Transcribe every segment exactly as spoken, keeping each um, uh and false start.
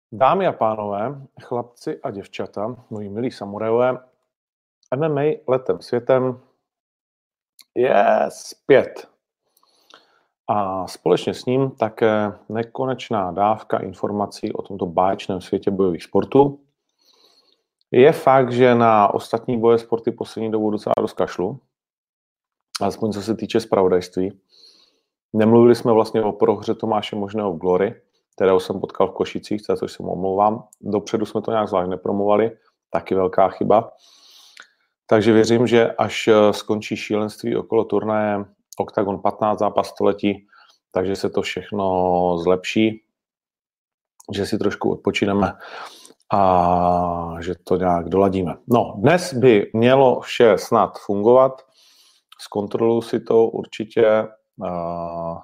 Dámy a pánové, chlapci a děvčata, moji milí samurajové, M M A letem světem je zpět. A společně s ním také nekonečná dávka informací o tomto báječném světě bojových sportů. Je fakt, že na ostatní boje sporty poslední dobou docela dost kašlu, alespoň co se týče zpravodajství. Nemluvili jsme vlastně o prohře Tomáše Možného v Glory, kterého jsem potkal v Košicích, za což se mu omlouvám. Dopředu jsme to nějak zvlášť nepromovali, taky velká chyba. Takže věřím, že až skončí šílenství okolo turnaje Octagon patnáct zápas století, takže se to všechno zlepší, že si trošku odpočineme a že to nějak doladíme. No, dnes by mělo vše snad fungovat. Zkontroluji si to určitě. Uh,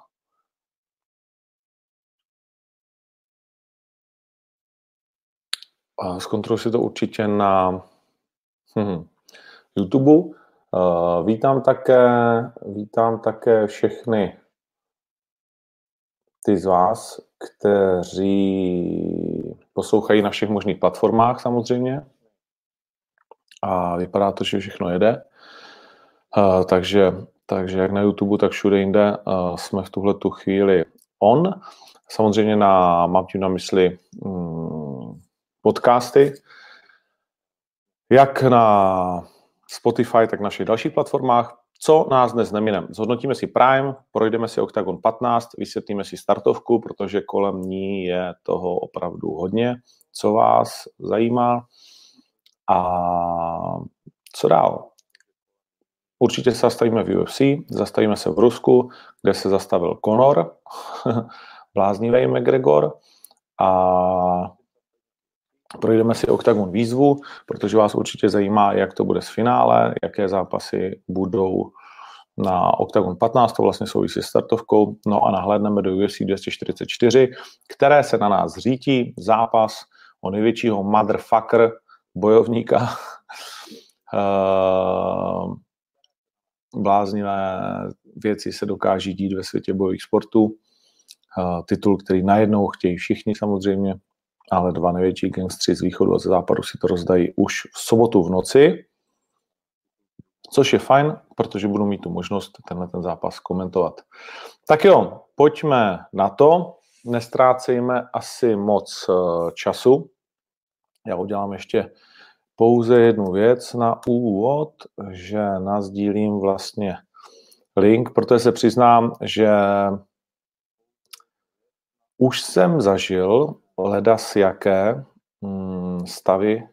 Zkontroluji si to určitě na hm, YouTube. Uh, vítám také, vítám také všechny ty z vás, kteří poslouchají na všech možných platformách samozřejmě. A vypadá to, že všechno jede. Uh, takže, takže jak na YouTube, tak všude jinde uh, jsme v tuhle tu chvíli on. Samozřejmě na, mám tím na mysli um, podcasty, jak na Spotify, tak na našich dalších platformách. Co nás dnes nemine? Zhodnotíme si Prime, projdeme si Octagon patnáct, vysvětlíme si startovku, protože kolem ní je toho opravdu hodně, co vás zajímá. A co dál? Určitě se zastavíme v U F C, zastavíme se v Rusku, kde se zastavil Conor, bláznivý McGregor, a projdeme si Octagon výzvu, protože vás určitě zajímá, jak to bude s finále, jaké zápasy budou na Octagon patnáct, to vlastně souvisí s startovkou, no a nahlédneme do U F C dvě stě čtyřicet čtyři, které se na nás řítí, zápas o největšího motherfucker bojovníka, bláznivé věci se dokáží dít ve světě bojových sportů, titul, který najednou chtějí všichni samozřejmě, ale dva největší gangstři z východu a ze západu si to rozdají už v sobotu v noci, což je fajn, protože budu mít tu možnost tenhle ten zápas komentovat. Tak jo, pojďme na to. Nestrácejme asi moc času. Já udělám ještě pouze jednu věc na úvod, že nasdílím vlastně link, protože se přiznám, že už jsem zažil ledas jaké stavy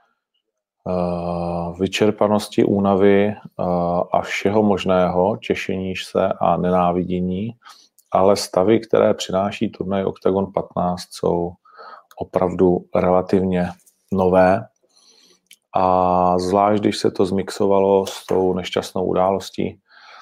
vyčerpanosti, únavy a všeho možného, těšení se a nenávidění, ale stavy, které přináší turnaj Octagon patnáct, jsou opravdu relativně nové a zvlášť, když se to zmixovalo s tou nešťastnou událostí,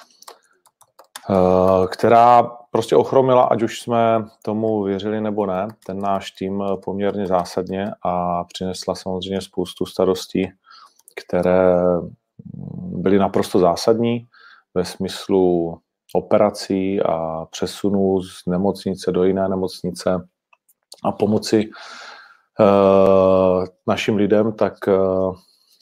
která prostě ochromila, ať už jsme tomu věřili nebo ne, ten náš tým poměrně zásadně a přinesla samozřejmě spoustu starostí, které byly naprosto zásadní ve smyslu operací a přesunů z nemocnice do jiné nemocnice a pomoci uh, našim lidem, tak, uh,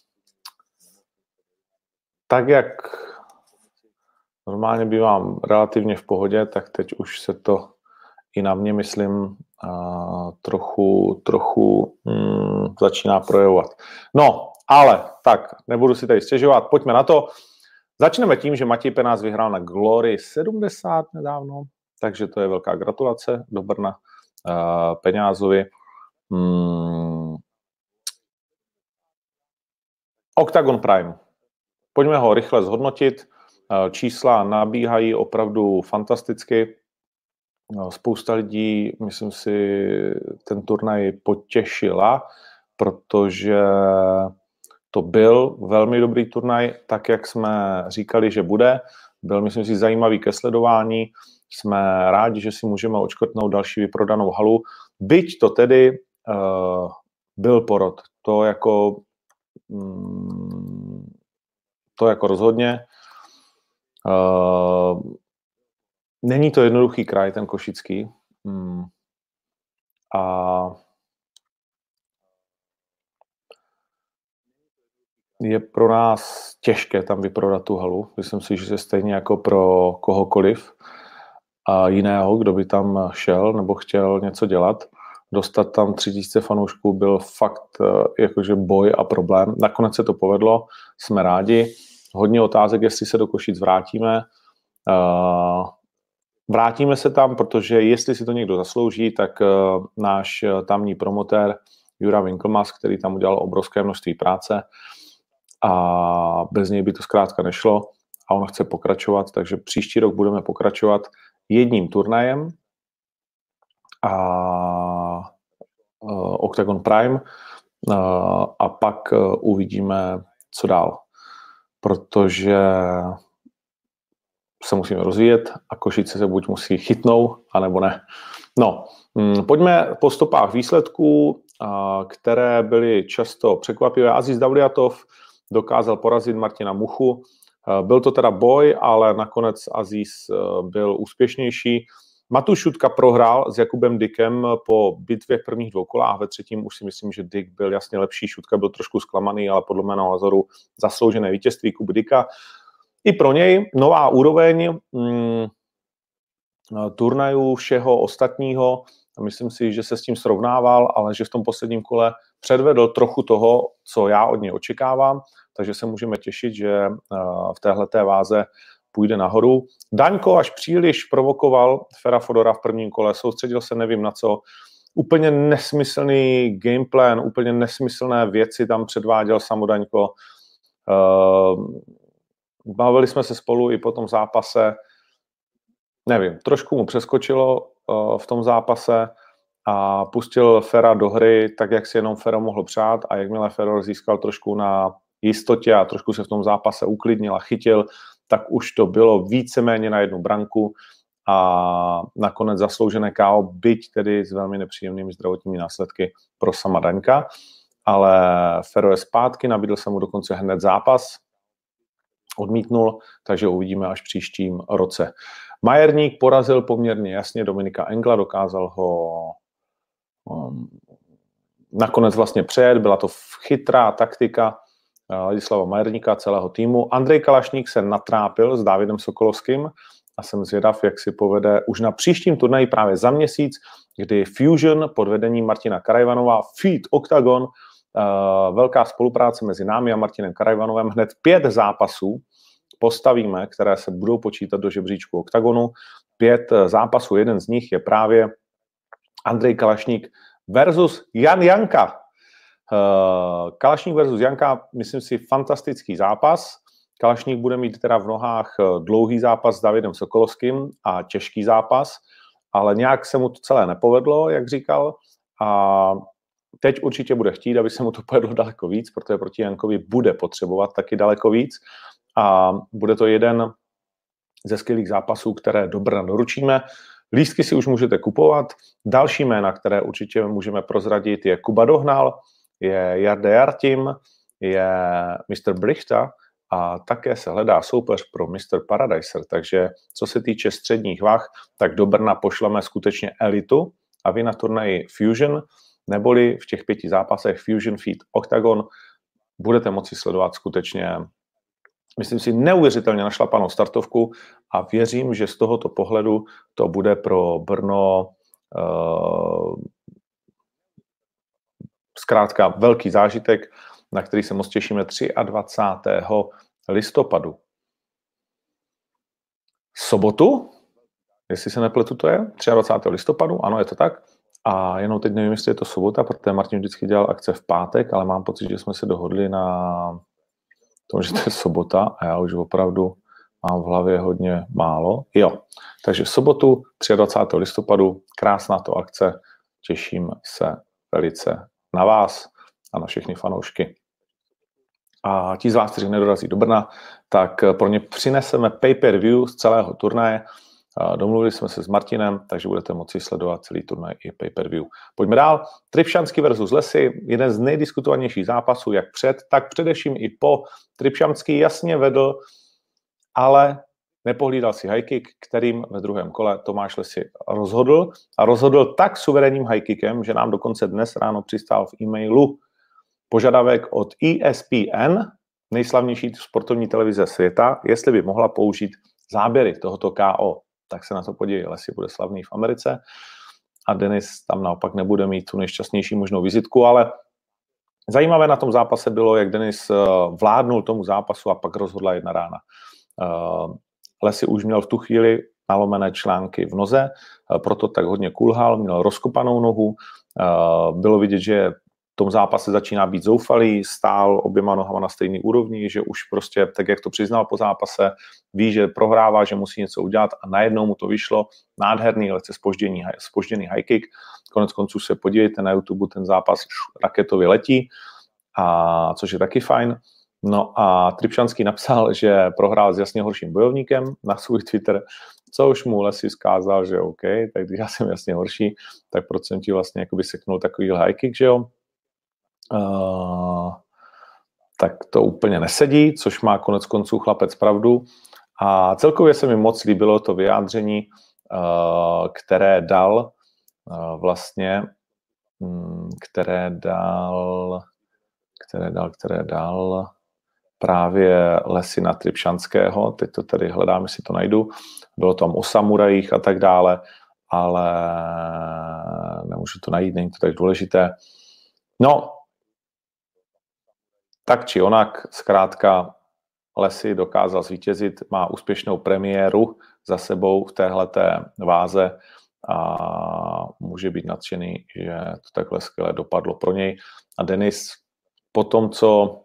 tak jak normálně bývám relativně v pohodě, tak teď už se to i na mě, myslím, uh, trochu, trochu mm, začíná projevovat. No, ale tak, nebudu si tady stěžovat, pojďme na to. Začneme tím, že Matěj Penás vyhrál na Glory sedmdesát nedávno, takže to je velká gratulace do Brna uh, Peňázovi. Hmm. Octagon Prime. Pojďme ho rychle zhodnotit. Čísla nabíhají opravdu fantasticky. Spousta lidí, myslím si, ten turnaj potěšila, protože to byl velmi dobrý turnaj, tak jak jsme říkali, že bude. Byl, myslím si, zajímavý ke sledování. Jsme rádi, že si můžeme odškrtnout další vyprodanou halu. Byť to tedy uh, byl porod. To jako, mm, to jako rozhodně. Uh, není to jednoduchý kraj, ten košický. Hmm. A pro nás těžké tam vyprodat tu halu. Myslím si, že je stejně jako pro kohokoliv a jiného, kdo by tam šel nebo chtěl něco dělat. Dostat tam tři tisíce fanoušků byl fakt jakože boj a problém. Nakonec se to povedlo, jsme rádi. Hodně otázek, jestli se do Košic vrátíme. Vrátíme se tam, protože jestli si to někdo zaslouží, tak náš tamní promotér Jura Winkelmas, který tam udělal obrovské množství práce a bez něj by to zkrátka nešlo a on chce pokračovat, takže příští rok budeme pokračovat jedním turnajem a uh, Octagon Prime uh, a pak uh, uvidíme, co dál, protože se musíme rozvíjet a Košice se buď musí chytnout, anebo ne. No, hm, pojďme po stopách výsledků, uh, které byly často překvapivé. Aziz Davliatov dokázal porazit Martina Muchu. Uh, byl to teda boj, ale nakonec Aziz uh, byl úspěšnější. Matuš Šutka prohrál s Jakubem Dickem po bitvě v prvních dvou kolách. Ve třetím už si myslím, že Dick byl jasně lepší. Šutka byl trošku zklamaný, ale podle mého názoru zasloužené vítězství Kuby Dicka. I pro něj nová úroveň mm, turnajů všeho ostatního. Myslím si, že se s tím srovnával, ale že v tom posledním kole předvedl trochu toho, co já od něj očekávám. Takže se můžeme těšit, že v téhleté váze půjde nahoru. Daňko až příliš provokoval Fera Fodora v prvním kole, soustředil se nevím na co. Úplně nesmyslný gameplan, úplně nesmyslné věci tam předváděl Samodaňko. Bavili jsme se spolu i po tom zápase. Nevím, trošku mu přeskočilo v tom zápase a pustil Fera do hry tak, jak si jenom Fero mohl přát a jakmile Fero získal trošku na jistotě a trošku se v tom zápase uklidnil a chytil, tak už to bylo víceméně na jednu branku a nakonec zasloužené ká ó, byť tedy s velmi nepříjemnými zdravotními následky pro sama Daňka, ale Fero je zpátky, nabídl se mu dokonce hned zápas, odmítnul, takže uvidíme až příštím roce. Majerník porazil poměrně jasně Dominika Engla, dokázal ho um, nakonec vlastně přejet, byla to chytrá taktika Ladislava Majerníka, celého týmu. Andrej Kalašník se natrápil s Dávidem Sokolovským a jsem zvědav, jak si povede už na příštím turnaji právě za měsíc, kdy Fusion pod vedením Martina Karajvanova, Feed Octagon, uh, velká spolupráce mezi námi a Martinem Karajvanovem, hned pět zápasů postavíme, které se budou počítat do žebříčku Octagonu. Pět zápasů, jeden z nich je právě Andrej Kalašník versus Jan Janka. Kalašník versus Janka, myslím si, fantastický zápas. Kalašník bude mít teda v nohách dlouhý zápas s Davidem Sokolovským a těžký zápas, ale nějak se mu to celé nepovedlo, jak říkal. A teď určitě bude chtít, aby se mu to povedlo daleko víc, protože proti Jankovi bude potřebovat taky daleko víc. A bude to jeden ze skvělých zápasů, které do Brna doručíme. Lístky si už můžete kupovat. Další jména, které určitě můžeme prozradit, je Kuba Dohnal, je Jarda Jartim, je mister Brichta a také se hledá soupeř pro mister Paradiser. Takže co se týče středních vah, tak do Brna pošleme skutečně elitu a vy na turnaji Fusion, neboli v těch pěti zápasech Fusion Feed Octagon, budete moci sledovat skutečně, myslím si, neuvěřitelně našlapanou startovku a věřím, že z tohoto pohledu to bude pro Brno uh, zkrátka velký zážitek, na který se moc těšíme dvacátého třetího listopadu. Sobotu, jestli se nepletu, to je dvacátého třetího listopadu, ano, je to tak. A jenom teď nevím, jestli je to sobota, protože Martin vždycky dělal akce v pátek, ale mám pocit, že jsme se dohodli na tom, že to je sobota a já už opravdu mám v hlavě hodně málo. Jo, takže v sobotu dvacátého třetího listopadu, krásná to akce, těším se velice na vás a na všechny fanoušky. A ti z vás, kteří nedorazí do Brna, tak pro ně přineseme pay-per-view z celého turnaje. Domluvili jsme se s Martinem, takže budete moci sledovat celý turnaj i pay-per-view. Pojďme dál. Tripšanský versus Lesy, jeden z nejdiskutovanějších zápasů, jak před, tak především i po. Tripšanský jasně vedl, ale nepohlídal si high kick, kterým ve druhém kole Tomáš Lesy rozhodl. A rozhodl tak suverénním high kickem, že nám dokonce dnes ráno přistál v e-mailu požadavek od E S P N nejslavnější sportovní televize světa, jestli by mohla použít záběry tohoto K O. Tak se na to podívej, Leslie bude slavný v Americe a Denis tam naopak nebude mít tu nejšťastnější možnou vizitku, ale zajímavé na tom zápase bylo, jak Denis vládnul tomu zápasu a pak rozhodla jedna rána. Leslie už měl v tu chvíli nalomené články v noze, proto tak hodně kulhal, měl rozkopanou nohu, bylo vidět, že v tom zápase začíná být zoufalý, stál oběma nohama na stejné úrovni, že už prostě, tak jak to přiznal po zápase, ví, že prohrává, že musí něco udělat a najednou mu to vyšlo. Nádherný, lehce zpožděný, zpožděný high kick. Konec konců se podívejte na YouTube, ten zápas raketově letí, a což je taky fajn. No a Trpšanský napsal, že prohrál s jasně horším bojovníkem na svůj Twitter, což mu Leslie zkázal, že OK, tak když já jsem jasně horší, tak proč jsem ti vlastně jakoby seknul takový high kick, že jo? Uh, tak to úplně nesedí, což má konec konců chlapec pravdu. A celkově se mi moc líbilo to vyjádření, uh, které dal uh, vlastně, um, které dal, které dal, které dal právě Lesina Trpšanského. Teď to tady hledám, jestli to najdu. Bylo tam o samurajích a tak dále, ale nemůžu to najít, není to tak důležité. No, tak či onak, zkrátka Leslie dokázal zvítězit, má úspěšnou premiéru za sebou v téhleté váze a může být nadšený, že to takhle skvěle dopadlo pro něj. A Denis po tom, co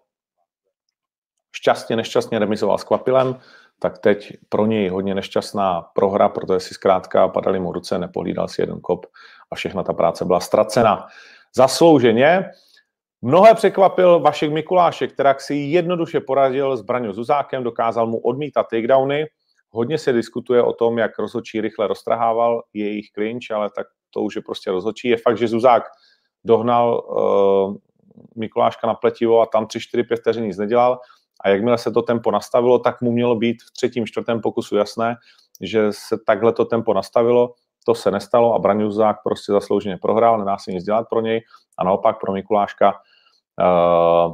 šťastně, nešťastně remizoval s Kvapilem, tak teď pro něj hodně nešťastná prohra, protože si zkrátka padaly mu ruce, nepohlídal si jeden kop a všechna ta práce byla ztracena. Zaslouženě. Mnohé překvapil Vašek Mikulášek, který si jednoduše poradil s Braňou Zuzákem, dokázal mu odmítat takedowny. Hodně se diskutuje o tom, jak rozhodčí rychle roztrhával jejich clinch, ale tak to už je prostě rozhodčí. Je fakt, že Zuzák dohnal uh, Mikuláška na pletivo a tam tři, čtyři, pět vteřin nic nedělal. A jakmile se to tempo nastavilo, tak mu mělo být v třetím, čtvrtém pokusu jasné, že se takhle to tempo nastavilo. To se nestalo a Braňu Zuzák prostě zaslouženě prohrál, nedá se nic dělat pro něj. A naopak pro Mikuláška uh,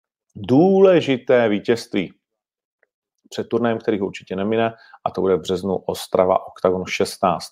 důležité vítězství před turnajem, který ho určitě nemine, a to bude v březnu Ostrava Octagon šestnáct.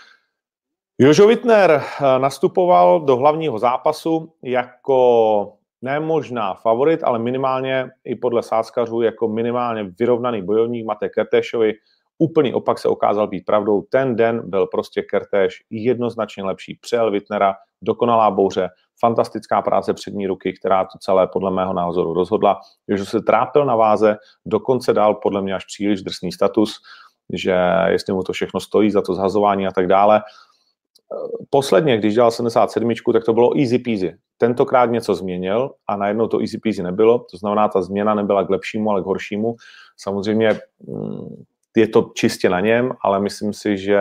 Jožo Wittner nastupoval do hlavního zápasu jako nemožná favorit, ale minimálně i podle sázkařů jako minimálně vyrovnaný bojovník Matej Kertéšovi. Úplný opak se ukázal být pravdou. Ten den byl prostě Kertéš jednoznačně lepší. Přejel Wittnera, dokonalá bouře, fantastická práce přední ruky, která to celé podle mého názoru rozhodla. Jožo se trápil na váze, dokonce dal podle mě až příliš drsný status, že jestli mu to všechno stojí za to zhazování a tak dále. Posledně, když dělal sedmdesát sedm, tak to bylo easy peasy. Tentokrát něco změnil a najednou to easy peasy nebylo. To znamená, ta změna nebyla k lepšímu, ale k horšímu. Samozřejmě je to čistě na něm, ale myslím si, že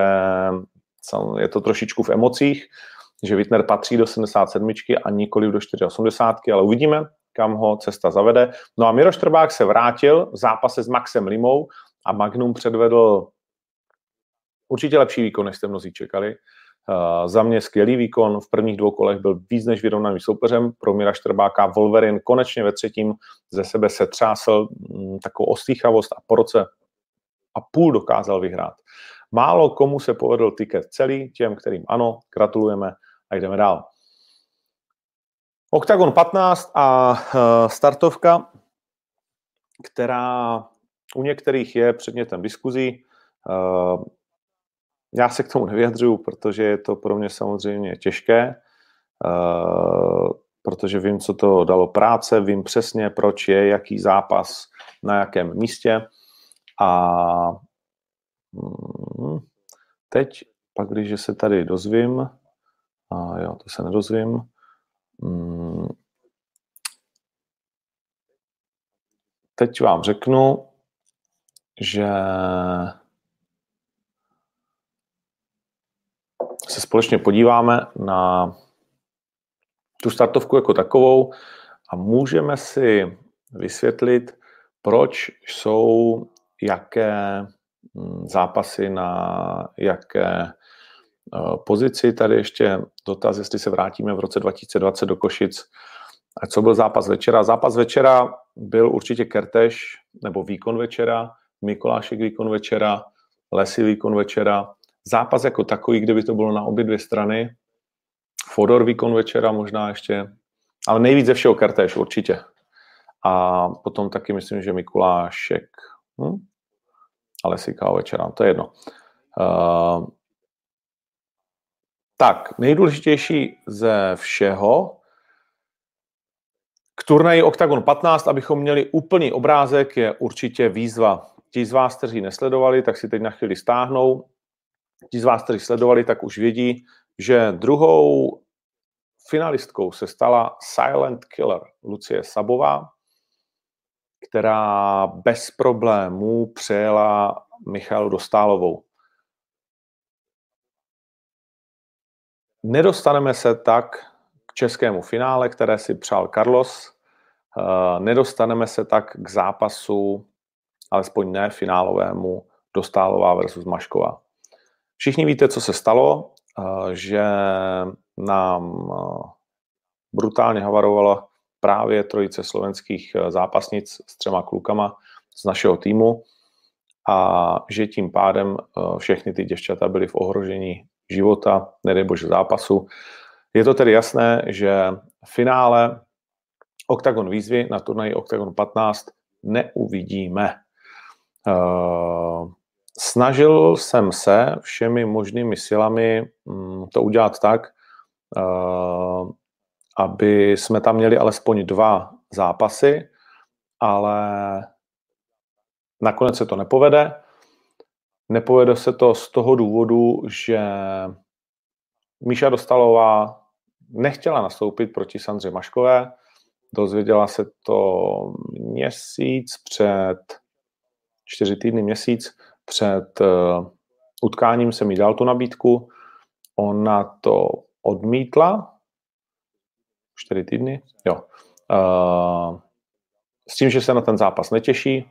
je to trošičku v emocích, že Wittner patří do sedmdesát sedm a nikoliv do osmdesát čtyři, ale uvidíme, kam ho cesta zavede. No a Miroš Trbák se vrátil v zápase s Maxem Limou a Magnum předvedl určitě lepší výkon, než jste mnozí čekali. Uh, za mě skvělý výkon, v prvních dvou kolech byl víc než vyrovnaný soupeřem pro Mira Štrbáka. Wolverine konečně ve třetím ze sebe setřásl m, takovou ostýchavost a po roce a půl dokázal vyhrát. Málo komu se povedl tiket celý, těm, kterým ano, gratulujeme a jdeme dál. Octagon patnáct a uh, startovka, která u některých je předmětem diskuzí. Uh, Já se k tomu nevyjadřuju, protože je to pro mě samozřejmě těžké, uh, protože vím, co to dalo práce, vím přesně, proč je, jaký zápas, na jakém místě. A mm, teď, pak když se tady dozvím, a jo, to se nedozvím, mm, teď vám řeknu, že se společně podíváme na tu startovku jako takovou a můžeme si vysvětlit, proč jsou jaké zápasy na jaké pozici. Tady ještě dotaz, jestli se vrátíme v roce dva tisíce dvacet do Košic, A co byl zápas večera? Zápas večera byl určitě Kertéš, nebo výkon večera, Mikulášek výkon večera, Lesy výkon večera. Zápas jako takový, kdyby to bylo na obě dvě strany. Fodor výkon večera možná ještě, ale nejvíc ze všeho Kertéš určitě. A potom taky myslím, že Mikulášek hm? a Lesy ká ó večera, to je jedno. Uh, tak, nejdůležitější ze všeho k turnaji Octagon patnáct, abychom měli úplný obrázek, je určitě výzva. Ti z vás, kteří nesledovali, tak si teď na chvíli stáhnou. Ti z vás, kteří sledovali, tak už vědí, že druhou finalistkou se stala Silent Killer Lucie Sabová, která bez problémů přejela Michaelu Dostálovou. Nedostaneme se tak k českému finále, které si přál Carlos. Nedostaneme se tak k zápasu, alespoň ne finálovému, Dostálová versus Mašková. Všichni víte, co se stalo, že nám brutálně havarovala právě trojice slovenských zápasnic s třema klukama z našeho týmu a že tím pádem všechny ty děvčata byly v ohrožení života, nedej bože zápasu. Je to tedy jasné, že v finále Octagon výzvy na turnaji Octagon patnáct neuvidíme. Snažil jsem se všemi možnými silami to udělat tak, aby jsme tam měli alespoň dva zápasy, ale nakonec se to nepovede. Nepovede se to z toho důvodu, že Míša Dostálová nechtěla nastoupit proti Sandře Maškové. Dozvěděla se to měsíc před, čtyři týdny měsíc před uh, utkáním jsem jí dal tu nabídku. Ona to odmítla. Čtyři týdny? Jo. Uh, s tím, že se na ten zápas netěší,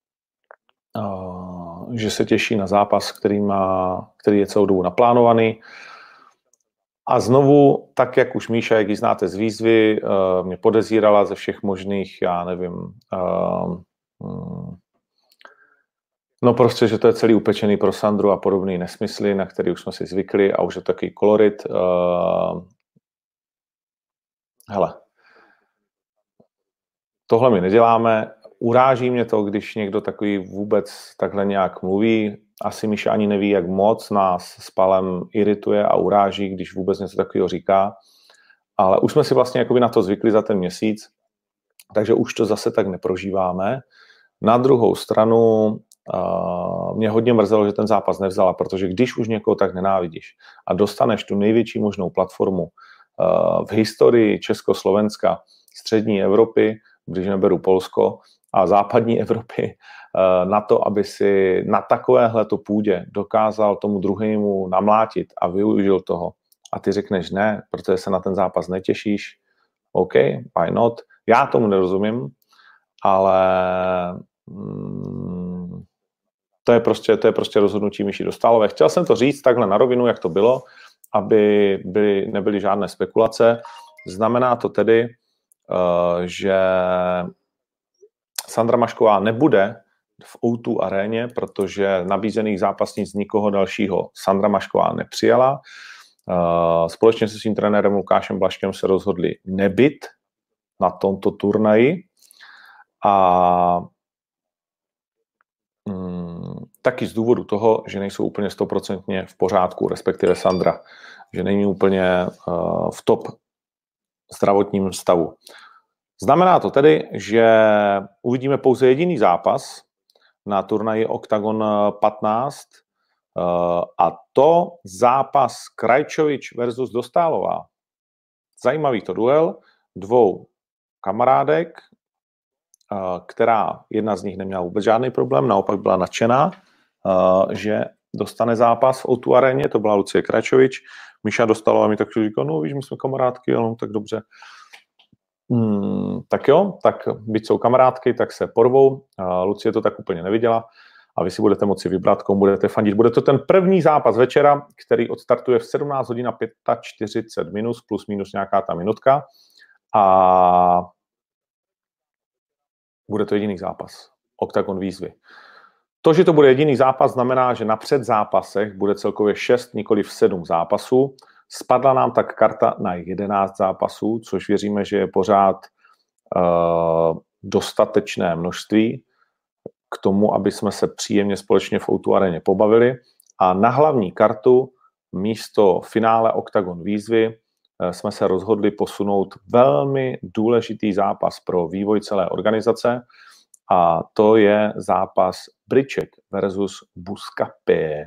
uh, že se těší na zápas, který, má, který je celou dobu naplánovaný. A znovu, tak jak už Míša, jak ji znáte z výzvy, uh, mě podezírala ze všech možných, já nevím, uh, um, no prostě, že to je celý upečený pro Sandru a podobný nesmysly, na který už jsme si zvykli a už je takový kolorit. Uh, hele, tohle my neděláme. Uráží mě to, když někdo takový vůbec takhle nějak mluví. Asi Míša ani neví, jak moc nás s Palem irituje a uráží, když vůbec něco takového říká. Ale už jsme si vlastně jakoby na to zvykli za ten měsíc, takže už to zase tak neprožíváme. Na druhou stranu uh, mě hodně mrzelo, že ten zápas nevzala, protože když už někoho tak nenávidíš a dostaneš tu největší možnou platformu uh, v historii Československa, střední Evropy, když neberu Polsko, a západní Evropy, na to, aby si na takovéhleto půdě dokázal tomu druhému namlátit a využil toho. A ty řekneš ne, protože se na ten zápas netěšíš. OK, why not? Já tomu nerozumím, ale mm, to je prostě, to je prostě rozhodnutí Míši Dostálové. Chtěl jsem to říct takhle na rovinu, jak to bylo, aby byly, nebyly žádné spekulace. Znamená to tedy, uh, že Sandra Mašková nebude v ó dva aréně, protože nabízených zápasnic nikoho dalšího Sandra Mašková nepřijala. Společně se svým trenérem Lukášem Blaškem se rozhodli nebyt na tomto turnaji a mm, taky z důvodu toho, že nejsou úplně stoprocentně v pořádku, respektive Sandra, že není úplně uh, v top zdravotním stavu. Znamená to tedy, že uvidíme pouze jediný zápas na turnaji Octagon patnáct a to zápas Krajčovič versus Dostálová. Zajímavý to duel dvou kamarádek, která jedna z nich neměla vůbec žádný problém, naopak byla nadšená, že dostane zápas v ó dva aréně, to byla Lucie Krajčovič. Míša Dostálová mi tak říkala, no víš, my jsme kamarádky, ale no, tak dobře. Hmm, tak jo, tak byť jsou kamarádky, tak se porvou. Uh, Lucie to tak úplně neviděla a vy si budete moci vybrat, komu budete fandit. Bude to ten první zápas večera, který odstartuje v sedmnáct hodin a čtyřicet pět minut, plus minus nějaká ta minutka. a bude to jediný zápas. Octagon výzvy. To, že to bude jediný zápas, znamená, že na předzápasech bude celkově šest, nikoliv sedm zápasů. Spadla nám tak karta na jedenáct zápasů, což věříme, že je pořád uh, dostatečné množství k tomu, aby jsme se příjemně společně v ó dva aréně pobavili. A na hlavní kartu místo finále Octagon výzvy uh, jsme se rozhodli posunout velmi důležitý zápas pro vývoj celé organizace, a to je zápas Briček versus Buscapé.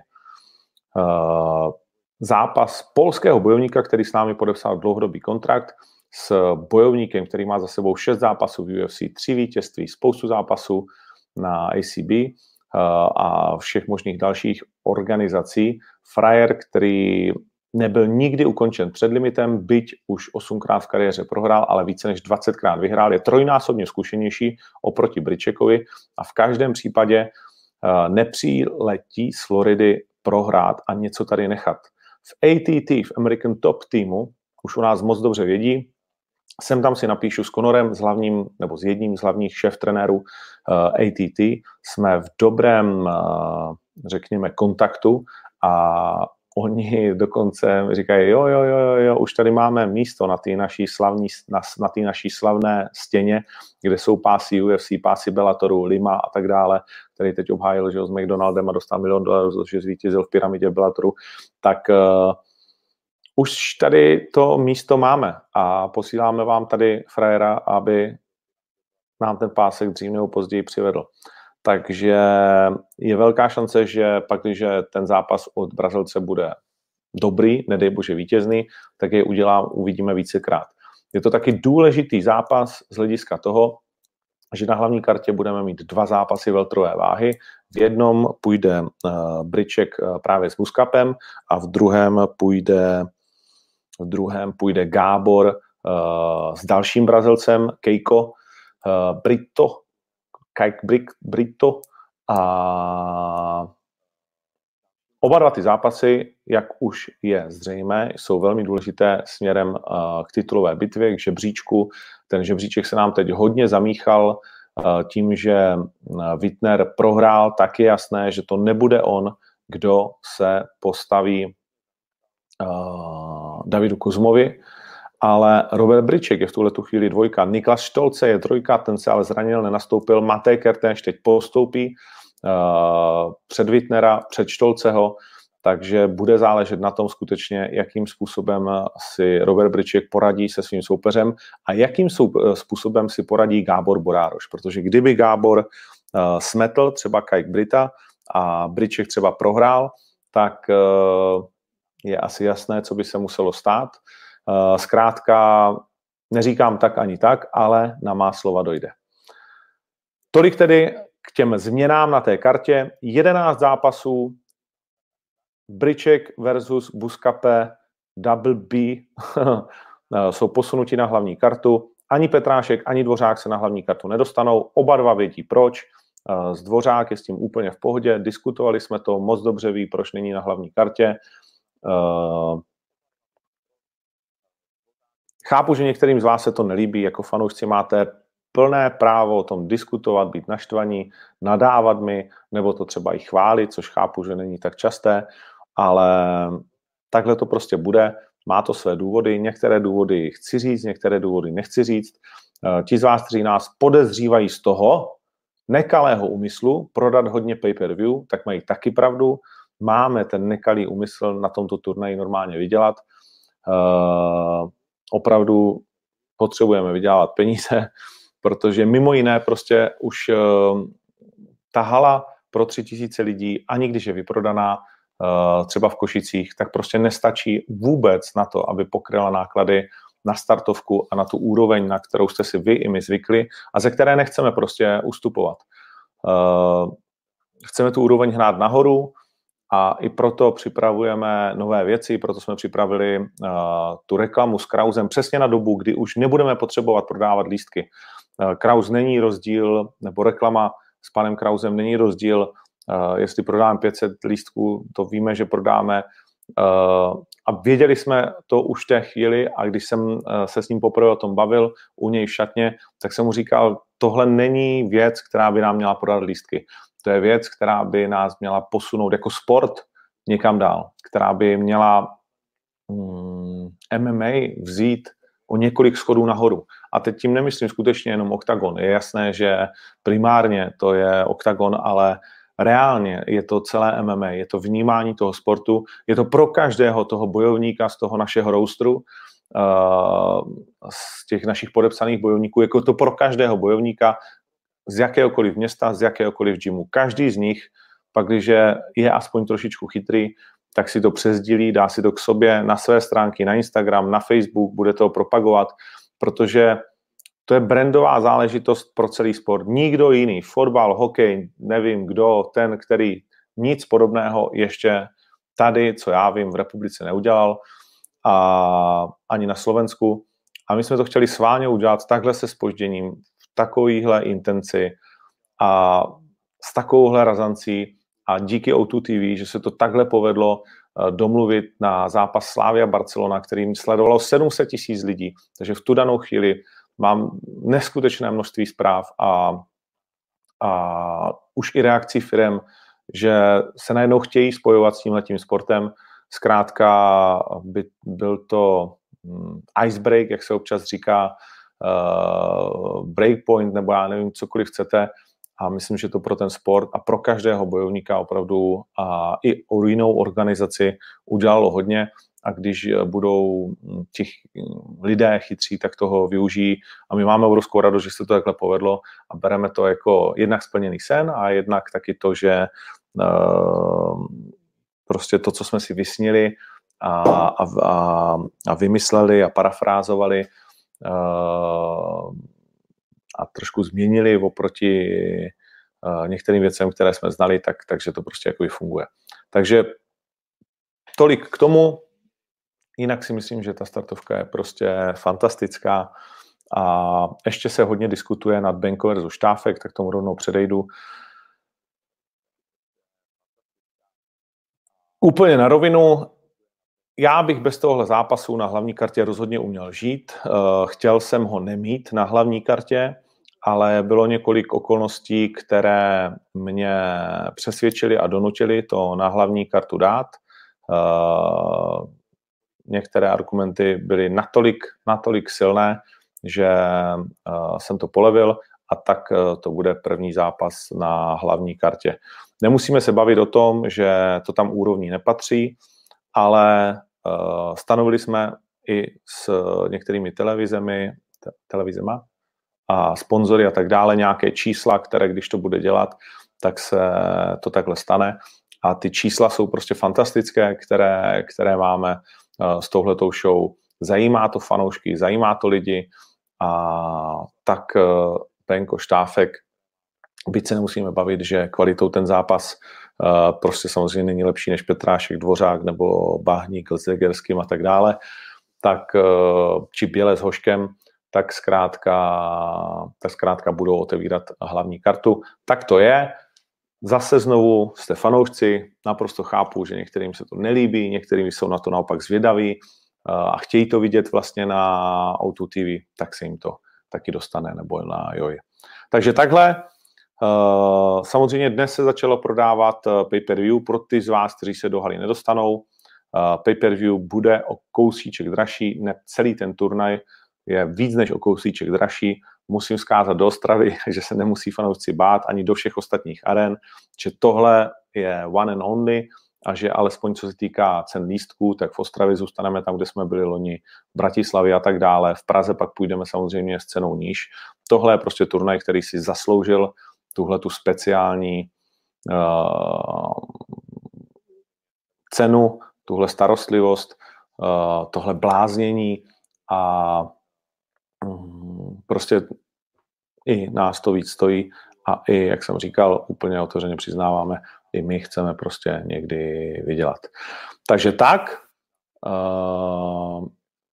Uh, zápas polského bojovníka, který s námi podepsal dlouhodobý kontrakt, s bojovníkem, který má za sebou šest zápasů v U F C, tři vítězství, spoustu zápasů na A C B uh, a všech možných dalších organizací. Frajer, který nebyl nikdy ukončen před limitem, byť už osmkrát v kariéře prohrál, ale více než dvacetkrát vyhrál. Je trojnásobně zkušenější oproti Bričekovi a v každém případě uh, nepřiletí z Floridy prohrát a něco tady nechat. V A T T, v American Top Teamu, už u nás moc dobře vědí, sem tam si napíšu s Conorem, s hlavním, nebo s jedním z hlavních šéf-trenérů uh, A T T, jsme v dobrém, uh, řekněme, kontaktu a oni dokonce říkají, jo, jo, jo, jo, už tady máme místo na té naší slavní, na, na té naší slavné stěně, kde jsou pásy U F C, pásy Bellatoru, Lima a tak dále, který teď obhájil, že ho s McDonaldem a dostal milion dolarů, že zvítězil v pyramidě Bellatoru, tak uh, už tady to místo máme a posíláme vám tady frajera, aby nám ten pásek dřív nebo později přivedl. Takže je velká šance, že pak, když ten zápas od Brazilce bude dobrý, nedej bože vítězný, tak je udělá, uvidíme vícekrát. Je to taky důležitý zápas z hlediska toho, že na hlavní kartě budeme mít dva zápasy welterové váhy. V jednom půjde uh, Briček uh, právě s Buscapem a v druhém půjde, v druhém půjde Gábor uh, s dalším Brazilcem, Keiko uh, Brito, Kike Brito a oba dva ty zápasy, jak už je zřejmé, jsou velmi důležité směrem uh, k titulové bitvě, k žebříčku. Ten žebříček se nám teď hodně zamíchal uh, tím, že Wittner prohrál, tak je jasné, že to nebude on, kdo se postaví uh, Davidu Kuzmovi, ale Robert Briček je v tuhle tu chvíli dvojka. Niklas Štolce je trojka, ten se ale zranil, nenastoupil. Matej Kertéš teď postoupí uh, před Wittnera, před Štolceho, takže bude záležet na tom skutečně, jakým způsobem si Robert Briček poradí se svým soupeřem a jakým sou, způsobem si poradí Gábor Borároš, protože kdyby Gábor uh, smetl třeba Kike Brita a Briček třeba prohrál, tak uh, je asi jasné, co by se muselo stát. Uh, zkrátka, neříkám tak ani tak, ale na má slova dojde. Tolik tedy k těm změnám na té kartě. jedenáct zápasů, Briček versus Buscapé, Double B jsou posunuti na hlavní kartu. Ani Petrášek, ani Dvořák se na hlavní kartu nedostanou. Oba dva vědí proč. Uh, z Dvořák je s tím úplně v pohodě. Diskutovali jsme to, moc dobře ví, proč není na hlavní kartě. Uh, Chápu, že některým z vás se to nelíbí, jako fanoušci máte plné právo o tom diskutovat, být naštvaní, nadávat mi, nebo to třeba i chválit, což chápu, že není tak časté, ale takhle to prostě bude. Má to své důvody, některé důvody chci říct, některé důvody nechci říct. Ti z vás, kteří nás podezřívají z toho nekalého úmyslu prodat hodně pay-per-view, tak mají taky pravdu. Máme ten nekalý úmysl na tomto turnaji normálně vydělat. Uh, opravdu potřebujeme vydělávat peníze, protože mimo jiné prostě už uh, ta hala pro tři tisíce lidí, ani když je vyprodaná uh, třeba v Košicích, tak prostě nestačí vůbec na to, aby pokryla náklady na startovku a na tu úroveň, na kterou jste si vy i my zvykli a ze které nechceme prostě ustupovat. Uh, chceme tu úroveň hnát nahoru, a i proto připravujeme nové věci, proto jsme připravili uh, tu reklamu s Krausem přesně na dobu, kdy už nebudeme potřebovat prodávat lístky. Uh, Kraus není rozdíl, nebo reklama s panem Krausem není rozdíl, uh, jestli prodáme pět set lístků, to víme, že prodáme a věděli jsme to už v té chvíli a když jsem se s ním poprvé o tom bavil u něj v šatně, tak jsem mu říkal, tohle není věc, která by nám měla prodat lístky. To je věc, která by nás měla posunout jako sport někam dál, která by měla mm, M M A vzít o několik schodů nahoru. A teď tím nemyslím skutečně jenom oktagon. Je jasné, že primárně to je oktagon, ale reálně je to celé M M A, je to vnímání toho sportu, je to pro každého toho bojovníka z toho našeho roustru, z těch našich podepsaných bojovníků, jako to pro každého bojovníka z jakéhokoliv města, z jakéhokoliv gymu. Každý z nich, pak když je aspoň trošičku chytrý, tak si to přesdílí, dá si to k sobě na své stránky, na Instagram, na Facebook, bude to propagovat, protože to je brandová záležitost pro celý sport. Nikdo jiný, fotbal, hokej, nevím kdo, ten, který nic podobného ještě tady, co já vím, v republice neudělal, a ani na Slovensku. A my jsme to chtěli sválně udělat takhle se zpožděním, v takovýhle intenci a s takovouhle razancí a díky O dva T V, že se to takhle povedlo domluvit na zápas Slavia Barcelona, kterým sledovalo sedm set tisíc lidí. Takže v tu danou chvíli mám neskutečné množství zpráv a, a už i reakcí firem, že se najednou chtějí spojovat s tímhletím sportem. Zkrátka by byl to icebreak, jak se občas říká, uh, breakpoint, nebo já nevím, cokoliv chcete. A myslím, že to pro ten sport a pro každého bojovníka opravdu a i o jinou organizaci udělalo hodně. A když budou ti lidé chytří, tak toho využijí. A my máme obrovskou radost, že se to takhle povedlo a bereme to jako jednak splněný sen a jednak taky to, že uh, prostě to, co jsme si vysnili a, a, a, a vymysleli a parafrázovali uh, a trošku změnili oproti uh, některým věcem, které jsme znali, tak, takže to prostě jakoby funguje. Takže tolik k tomu. Jinak si myslím, že ta startovka je prostě fantastická a ještě se hodně diskutuje nad Benko versus Štáfek, tak tomu rovnou předejdu. Úplně na rovinu, já bych bez tohohle zápasu na hlavní kartě rozhodně uměl žít. Chtěl jsem ho nemít na hlavní kartě, ale bylo několik okolností, které mě přesvědčily a donutily to na hlavní kartu dát. Některé argumenty byly natolik, natolik silné, že jsem to polevil a tak to bude první zápas na hlavní kartě. Nemusíme se bavit o tom, že to tam úrovní nepatří, ale stanovili jsme i s některými televizemi, te, televizema a sponzory a tak dále nějaké čísla, které když to bude dělat, tak se to takhle stane. A ty čísla jsou prostě fantastické, které, které máme s touhletou show. Zajímá to fanoušky, zajímá to lidi a tak Benko Štáfek, byť se nemusíme bavit, že kvalitou ten zápas prostě samozřejmě není lepší než Petrášek, Dvořák nebo Bahník s Zegerským a tak dále, tak či Běle s Hoškem, tak zkrátka, tak zkrátka budou otevírat hlavní kartu. Tak to je. Zase znovu jste fanoušci, naprosto chápu, že některým se to nelíbí, některým jsou na to naopak zvědaví a chtějí to vidět vlastně na O dva T V, tak se jim to taky dostane, nebo na Joy. Takže takhle. Samozřejmě dnes se začalo prodávat pay-per-view pro ty z vás, kteří se do haly nedostanou. Pay-per-view bude o kousíček dražší, ne celý ten turnaj je víc než o kousíček dražší. Musím vzkázat do Ostravy, že se nemusí fanoušci bát ani do všech ostatních aren, že tohle je one and only a že alespoň co se týká cen lístků, tak v Ostravě zůstaneme tam, kde jsme byli loni, v Bratislavě a tak dále. V Praze pak půjdeme samozřejmě s cenou níž. Tohle je prostě turnaj, který si zasloužil tuhle tu speciální uh, cenu, tuhle starostlivost, uh, tohle bláznění a um, prostě i nás to víc stojí a i, jak jsem říkal, úplně otevřeně přiznáváme, i my chceme prostě někdy vydělat. Takže tak. Uh,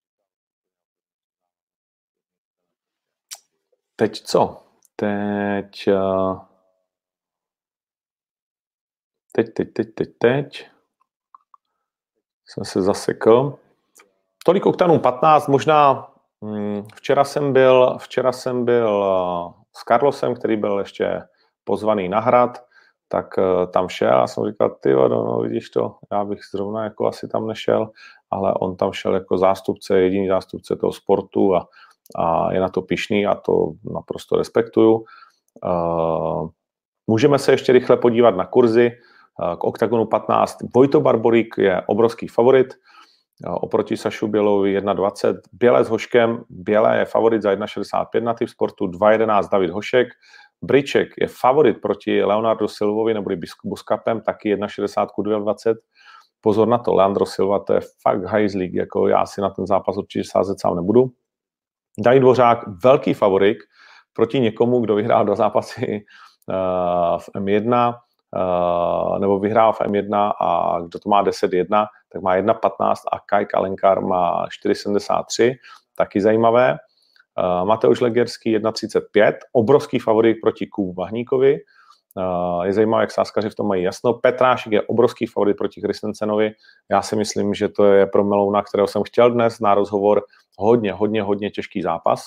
teď co? Teď... Uh, Teď, teď, teď, teď, teď. jsem se zasekl. Tolik Oktanů patnáct, možná hm, včera jsem byl, včera jsem byl s Carlosem, který byl ještě pozvaný na hrad, tak uh, tam šel a jsem říkal, ty no, no, vidíš to, já bych zrovna jako asi tam nešel, ale on tam šel jako zástupce, jediný zástupce toho sportu a, a je na to pyšný a to naprosto respektuju. Uh, můžeme se ještě rychle podívat na kurzy. Uh, k Oktagonu patnáct Vojto Barborík je obrovský favorit, uh, oproti Sašu Bělovi jedna dvacet, Běle s Hoškem, Běle je favorit za jedna šedesát pět na typ sportu, dva jedenáct David Hošek, Briček je favorit proti Leonardo Silvovi nebo Buskapem, taky jedna šedesát ku dva dvacet. Pozor na to, Leandro Silva, to je fakt hajzlík, jako já si na ten zápas určitě sázet sám nebudu. David Dvořák, velký favorit proti někomu, kdo vyhrál dva zápasy uh, v M jedna, uh, nebo vyhrál v M jedna a kdo to má deset jedna, tak má jedna patnáct a Kaj Kalenkar má čtyři sedmdesát tři, taky zajímavé. Uh, Mateusz Legerský jedna třicet pět, obrovský favorit proti Kubu Bahníkovi. Uh, je zajímavé, jak sáskaři v tom mají jasno. Petrášek je obrovský favorit proti Christensenovi. Já si myslím, že to je pro Melouna, kterého jsem chtěl dnes na rozhovor, hodně, hodně, hodně těžký zápas.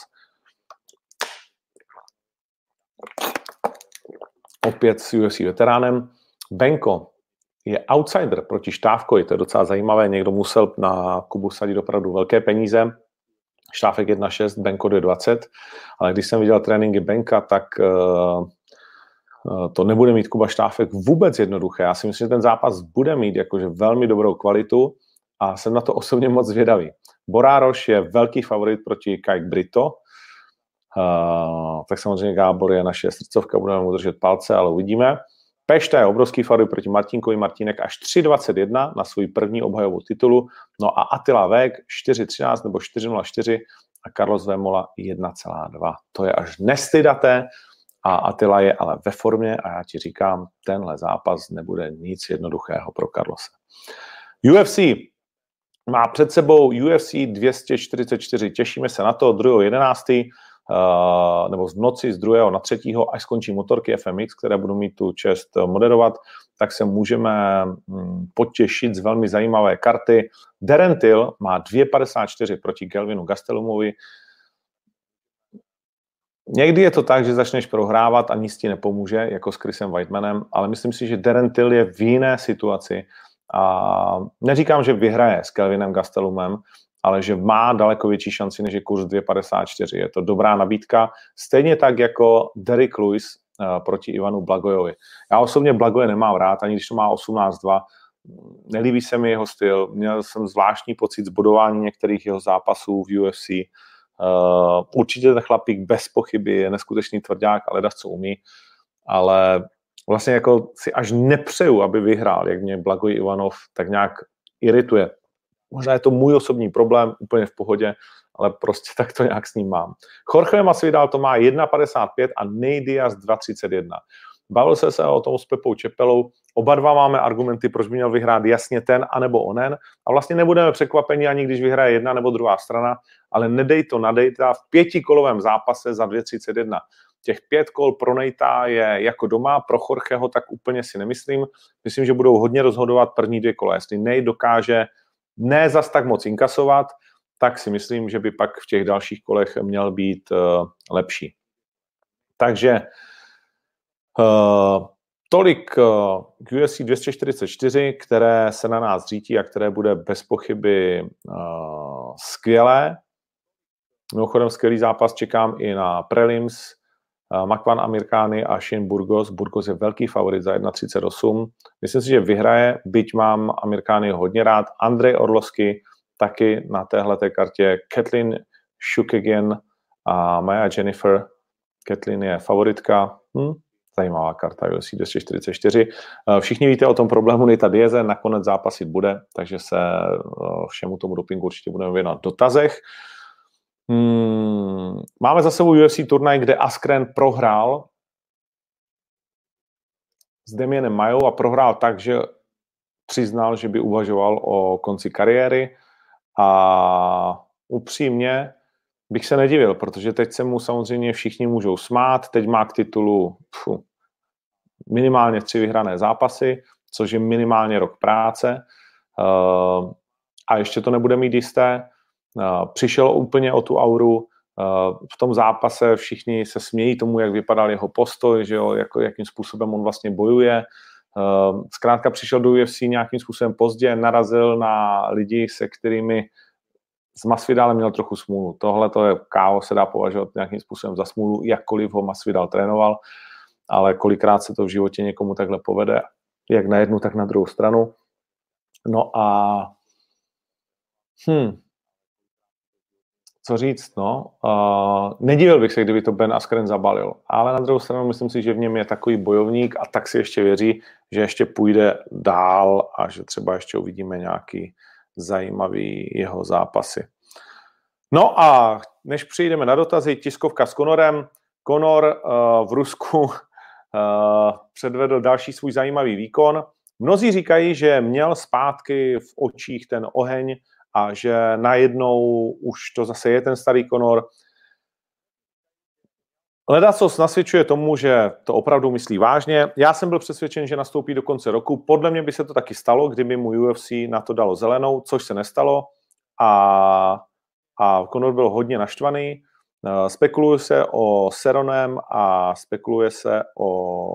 Opět s U F C veteránem. Benko je outsider proti Štávkovi, to je docela zajímavé. Někdo musel na Kubu sadit opravdu velké peníze. Štávek jedna šest, Benko dvě dvacet, ale když jsem viděl tréninky Benka, tak uh, to nebude mít Kuba Štávek vůbec jednoduché. Já si myslím, že ten zápas bude mít jakože velmi dobrou kvalitu a jsem na to osobně moc zvědavý. Borároš je velký favorit proti Kajk Brito, uh, tak samozřejmě Gábor je naše srdcovka, budeme mu držet palce, ale uvidíme. Pešta je obrovský favorit proti Martinkovi, Martínek až tři dvacet jedna na svůj první obhajovu titulu, no a Attila Vek čtyři třináct nebo čtyři nula čtyři a Carlos Vémola jedna celá dva. To je až nestydaté a Attila je ale ve formě a já ti říkám, tenhle zápas nebude nic jednoduchého pro Carlose. U F C má před sebou U F C dvě stě čtyřicet čtyři, těšíme se na to, druhého jedenáctého Uh, nebo z noci z druhého na třetího, až skončí motorky F M X, které budu mít tu čest moderovat, tak se můžeme hm, potěšit z velmi zajímavé karty. Darren Till má dvě padesát čtyři proti Kelvinu Gastellumovi. Někdy je to tak, že začneš prohrávat a nic ti nepomůže, jako s Chrisem Whitemanem, ale myslím si, že Darren Till je v jiné situaci a neříkám, že vyhraje s Kelvinem Gastelumem, ale že má daleko větší šanci, než je kurz dvě padesát čtyři. Je to dobrá nabídka, stejně tak jako Derrick Lewis uh, proti Ivanu Blagojovi. Já osobně Blagoje nemám rád, ani když to má osmnáct dva. Nelíbí se mi jeho styl, měl jsem zvláštní pocit z bodování některých jeho zápasů v U F C. Uh, určitě ten chlapík bez pochyby je neskutečný tvrdák a ledas co umí, ale vlastně jako si až nepřeju, aby vyhrál, jak mě Blagoj Ivanov tak nějak irituje. Možná je to můj osobní problém, úplně v pohodě, ale prostě tak to nějak s ním mám. Jorge Masvidal to má jedna padesát pět a Nate Diaz dva třicet jedna. Bavil se se o tom s Pepou Čepelou. Oba dva máme argumenty, proč by měl vyhrát jasně ten anebo onen. A vlastně nebudeme překvapeni ani když vyhraje jedna nebo druhá strana, ale nedej to na Dejta v pětikolovém zápase za dvě třicet jedna. Těch pět kol pro Nejta je jako doma, pro Jorgeho tak úplně si nemyslím. Myslím, že budou hodně rozhodovat první dvě kola. Jestli Nate dokáže ne zas tak moc inkasovat, tak si myslím, že by pak v těch dalších kolech měl být uh, lepší. Takže uh, tolik uh, k U F C dvě stě čtyřicet čtyři, které se na nás řítí a které bude bez pochyby uh, skvělé. Mimochodem skvělý zápas čekám i na prelims. Uh, Makwan Amirkhani a Shane Burgos. Burgos je velký favorit za jedna třicet osm. Myslím si, že vyhraje, byť mám Amirkhani hodně rád. Andrej Orlovsky taky na téhleté kartě. Kathleen Chookagian a Maya Jennifer. Kathleen je favoritka. Hm? Zajímavá karta U F C dvě stě čtyřicet čtyři. Všichni víte o tom problému Nata Diaze, nakonec zápasit bude, takže se všemu tomu dopingu určitě budeme věnovat v dotazech. Hmm, máme za sebou U F C turnaj, kde Askren prohrál s Damienem Mayou a prohrál tak, že přiznal, že by uvažoval o konci kariéry a upřímně bych se nedivil, protože teď se mu samozřejmě všichni můžou smát, teď má k titulu pfu, minimálně tři vyhrané zápasy, což je minimálně rok práce. Uh, a ještě to nebude mít jisté. Přišel úplně o tu auru. V tom zápase všichni se smějí tomu, jak vypadal jeho postoj, že jo, jako, jakým způsobem on vlastně bojuje. Zkrátka přišel do U F C nějakým způsobem pozdě, narazil na lidi, se kterými s Masvidalem měl trochu smůlu. Tohle to je K O, se dá považovat nějakým způsobem za smůlu, jakkoliv ho Masvidal trénoval, ale kolikrát se to v životě někomu takhle povede, jak na jednu, tak na druhou stranu. No a hm, co říct, no, uh, nedivil bych se, kdyby to Ben Askren zabalil, ale na druhou stranu myslím si, že v něm je takový bojovník a tak si ještě věří, že ještě půjde dál a že třeba ještě uvidíme nějaký zajímavý jeho zápasy. No a než přijdeme na dotazy, tiskovka s Conorem. Conor uh, v Rusku uh, předvedl další svůj zajímavý výkon. Mnozí říkají, že měl zpátky v očích ten oheň a že najednou už to zase je ten starý Conor. Ledacos nasvědčuje tomu, že to opravdu myslí vážně. Já jsem byl přesvědčen, že nastoupí do konce roku. Podle mě by se to taky stalo, kdyby mu U F C na to dalo zelenou, což se nestalo. A, a Conor byl hodně naštvaný. Spekuluje se o Cerronem a spekuluje se o,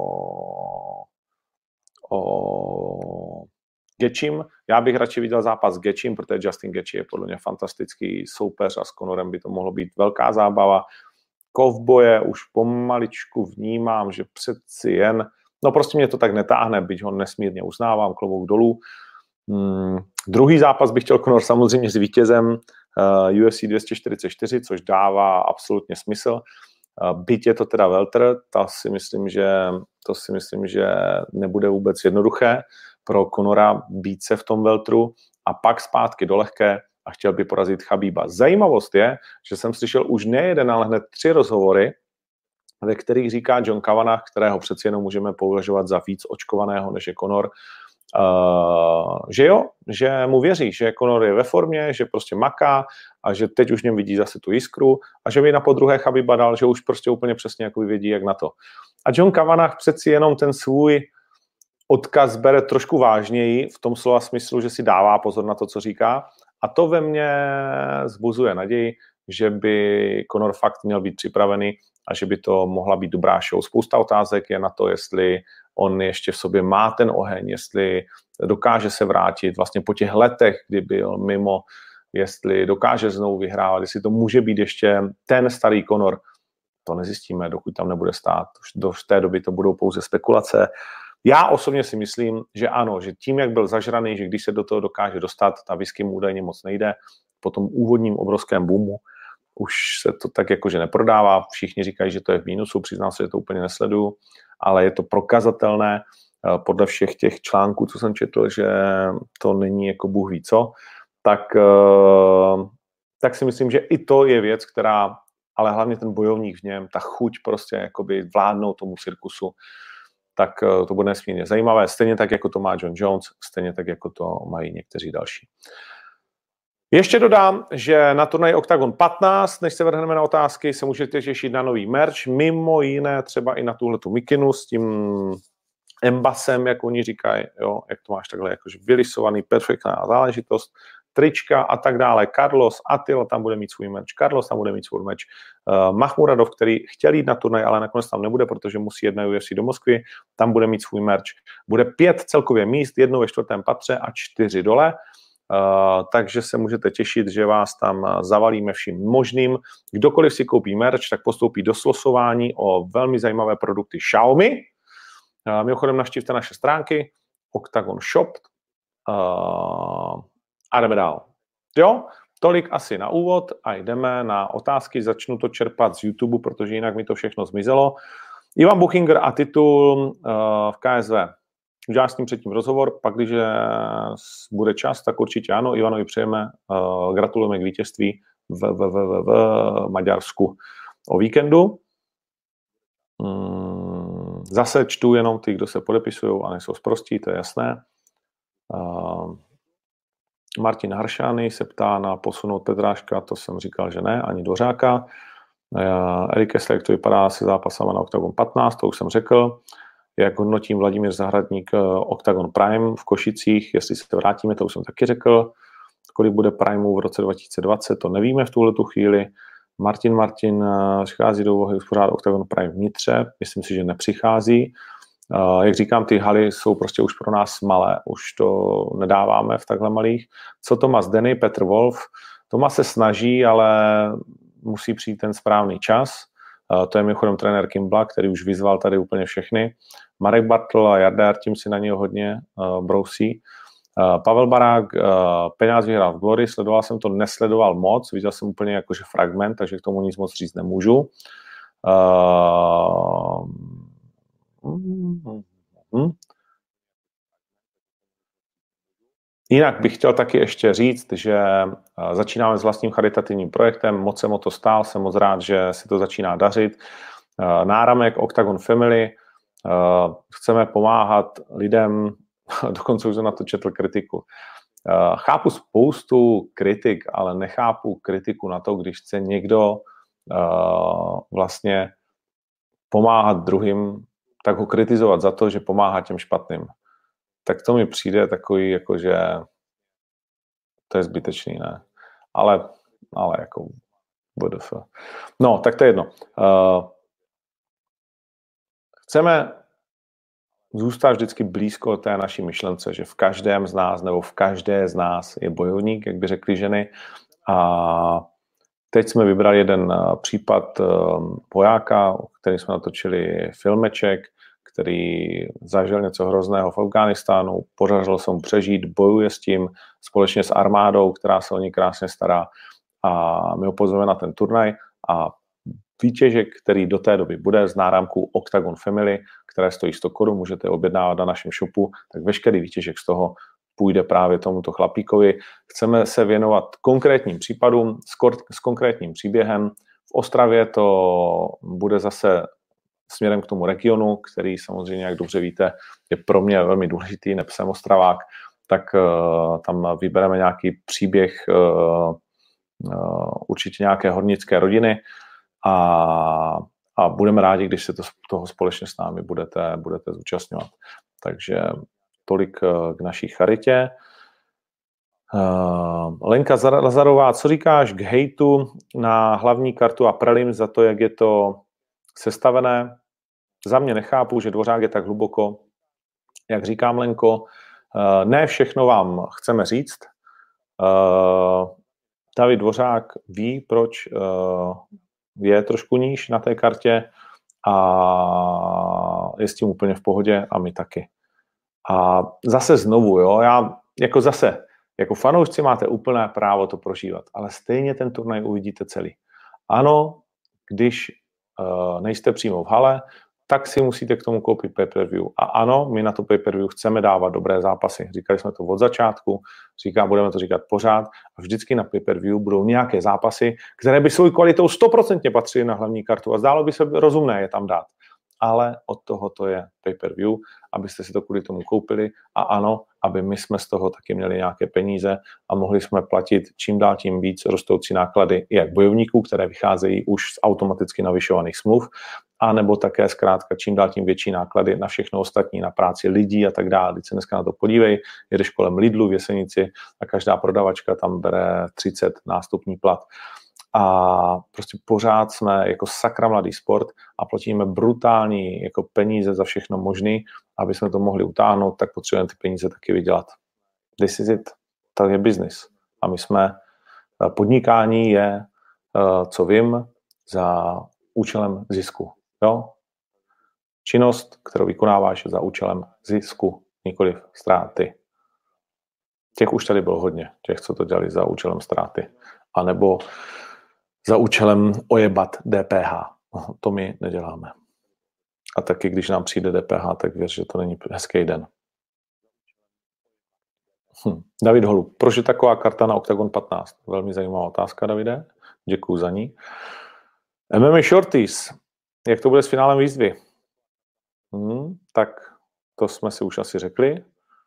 o Gaethjem. Já bych radši viděl zápas s Gaethjem, protože Justin Gaethje je podle mě fantastický soupeř a s Conorem by to mohlo být velká zábava. Kovboje už pomaličku vnímám, že přeci jen, no prostě mě to tak netáhne, byť ho nesmírně uznávám, klobouk dolů. Hmm, druhý zápas bych chtěl Conor samozřejmě s vítězem uh, U F C dvě stě čtyřicet čtyři, což dává absolutně smysl. Uh, byť je to teda welter, to si myslím, že, to si myslím, že nebude vůbec jednoduché pro Conora být se v tom welteru a pak zpátky do lehké a chtěl by porazit Khabíba. Zajímavost je, že jsem slyšel už nejeden, ale hned tři rozhovory, ve kterých říká John Kavanagh, kterého přeci jenom můžeme považovat za víc očkovaného, než je Conor, uh, že jo, že mu věří, že Conor je ve formě, že prostě maká a že teď už v něm vidí zase tu jiskru a že by na podruhé Khabíba dal, že už prostě úplně přesně jako vědí, jak na to. A John Kavanagh přeci jenom ten svůj odkaz bere trošku vážněji v tom slova smyslu, že si dává pozor na to, co říká. A to ve mně zbuzuje naději, že by Conor fakt měl být připravený a že by to mohla být dobrá show. Spousta otázek je na to, jestli on ještě v sobě má ten oheň, jestli dokáže se vrátit vlastně po těch letech, kdy byl mimo, jestli dokáže znovu vyhrávat, jestli to může být ještě ten starý Conor. To nezjistíme, dokud tam nebude stát. Do té doby to budou pouze spekulace. Já osobně si myslím, že ano, že tím, jak byl zažraný, že když se do toho dokáže dostat, ta whisky mu údajně moc nejde, po tom úvodním obrovském boomu už se to tak jakože neprodává, všichni říkají, že to je v mínusu, přiznám se, že to úplně nesleduju, ale je to prokazatelné podle všech těch článků, co jsem četl, že to není jako bůh ví co, tak, tak si myslím, že i to je věc, která, ale hlavně ten bojovník v něm, ta chuť prostě jakoby vládnout tomu cirkusu, tak to bude nesmírně zajímavé. Stejně tak, jako to má John Jones, stejně tak, jako to mají někteří další. Ještě dodám, že na turnaji Octagon patnáct, než se vrhneme na otázky, se můžete těšit na nový merch, mimo jiné třeba i na tuhletu mikinu s tím embasem, jak oni říkají, jo, jak to máš takhle jakože vylisovaný, perfektná záležitost, trička a tak dále. Carlos Attila tam bude mít svůj merch, Carlos tam bude mít svůj merch, uh, Mahmuradov, který chtěl jít na turnaj, ale nakonec tam nebude, protože musí jet na U F C do Moskvy, tam bude mít svůj merch. Bude pět celkově míst, jedno ve čtvrtém patře a čtyři dole, uh, takže se můžete těšit, že vás tam zavalíme vším možným. Kdokoliv si koupí merch, tak postoupí do slosování o velmi zajímavé produkty Xiaomi. Uh, mimochodem navštivte naše stránky Octagon Shop, uh, a jdeme dál. Jo, tolik asi na úvod a jdeme na otázky. Začnu to čerpat z YouTube, protože jinak mi to všechno zmizelo. Ivan Buchinger a titul uh, v K S V. Uděláš s tím předtím rozhovor, pak když bude čas, tak určitě ano. Ivanovi přejeme, uh, gratulujeme k vítězství v, v, v, v, v Maďarsku o víkendu. Hmm, zase čtu jenom ty, kdo se podepisují a nejsou sprostí, to je jasné. Uh, Martin Haršány se ptá na posunout Petráška, to jsem říkal, že ne, ani Dvořáka. Erik Kessler, jak to vypadá se zápasama na Octagon patnáct, to už jsem řekl. Jak hodnotím Vladimír Zahradník Octagon Prime v Košicích, jestli se vrátíme, to už jsem taky řekl. kolik bude Primeu v roce dva tisíce dvacet, to nevíme v tuhletu chvíli. Martin Martin přichází do úvahy uspořádat Octagon Prime vnitře, myslím si, že nepřichází. Jak říkám, ty haly jsou prostě už pro nás malé, už to nedáváme v takhle malých. Co Tomas Denny, Petr Wolf? Tomas se snaží, ale musí přijít ten správný čas. To je mimochodem trenér Kimbla, který už vyzval tady úplně všechny. Marek Bartl a Jarda tím si na něj hodně brousí. Pavel Barák, Peňáz vyhrál v Glory, sledoval jsem to, nesledoval moc, viděl jsem úplně jakože fragment, takže k tomu nic moc říct nemůžu. Hmm. Jinak bych chtěl taky ještě říct, že začínáme s vlastním charitativním projektem, moc jsem o to stál, jsem moc rád, že se to začíná dařit. Náramek Octagon Family, chceme pomáhat lidem, dokonce už jsem na to četl kritiku. Chápu spoustu kritik, ale nechápu kritiku na to, když chce někdo vlastně pomáhat druhým, tak ho kritizovat za to, že pomáhá těm špatným. Tak to mi přijde takový, jakože to je zbytečný, ne? Ale, ale jako B D F. No, tak to je jedno. Uh, chceme zůstat vždycky blízko té naší myšlence, že v každém z nás nebo v každé z nás je bojovník, jak by řekli ženy. A teď jsme vybrali jeden případ vojáka, který jsme natočili filmeček, který zažil něco hrozného v Afghánistánu, podařilo se mu přežít, bojuje s tím společně s armádou, která se o ní krásně stará. A my ho pozveme na ten turnaj a výtěžek, který do té doby bude z náramku Octagon Family, které stojí sto korun, můžete objednávat na našem shopu, tak veškerý výtěžek z toho půjde právě tomuto chlapíkovi. Chceme se věnovat konkrétním případům s, kor- s konkrétním příběhem. V Ostravě to bude zase směrem k tomu regionu, který samozřejmě, jak dobře víte, je pro mě velmi důležitý, neb jsem Ostravák, tak uh, tam vybereme nějaký příběh uh, uh, určitě nějaké hornické rodiny a, a budeme rádi, když se to, toho společně s námi budete, budete zúčastňovat. Takže tolik uh, k naší charitě. Uh, Lenka Lazarová, co říkáš k hejtu na hlavní kartu a prelim za to, jak je to sestavené? Za mě nechápu, že Dvořák je tak hluboko, jak říkám, Lenko. Ne všechno vám chceme říct. David Dvořák ví, proč je trošku níž na té kartě a je s tím úplně v pohodě a my taky. A zase znovu, jo, já jako zase, jako fanoušci máte úplné právo to prožívat, ale stejně ten turnaj uvidíte celý. Ano, když uh, nejste přímo v hale, tak si musíte k tomu koupit pay-per-view. A ano, my na to pay-per-view chceme dávat dobré zápasy. Říkali jsme to od začátku, říká, budeme to říkat pořád a vždycky na pay-per-view budou nějaké zápasy, které by svou kvalitou stoprocentně patřily na hlavní kartu a zdálo by se rozumné je tam dát. Ale od toho to je pay-per-view, abyste si to kvůli tomu koupili a ano, aby my jsme z toho taky měli nějaké peníze a mohli jsme platit čím dál tím víc rostoucí náklady jak bojovníků, které vycházejí už z automaticky navyšovaných smluv, a nebo také zkrátka čím dál tím větší náklady na všechno ostatní, na práci lidí a tak dále. Když se dneska na to podívej, jedeš kolem Lidlu v Jesenici a každá prodavačka tam bere třicet nástupní plat. A prostě pořád jsme jako sakra mladý sport a platíme brutální jako peníze za všechno možné, aby jsme to mohli utáhnout, tak potřebujeme ty peníze taky vydělat. This is it. To je business. A my jsme, podnikání je, co vím, za účelem zisku. Jo? Činnost, kterou vykonáváš za účelem zisku, nikoliv ztráty. Těch už tady bylo hodně, těch, co to dělali za účelem ztráty. A nebo za účelem ojebat D P H. To my neděláme. A taky, když nám přijde D P H, tak věř, že to není hezký den. Hm. David Holub, proč je taková karta na Octagon patnáct? Velmi zajímavá otázka, Davide. Děkuju za ní. M M A Shorties. Jak to bude s finálem výzvy? Hmm, tak to jsme si už asi řekli.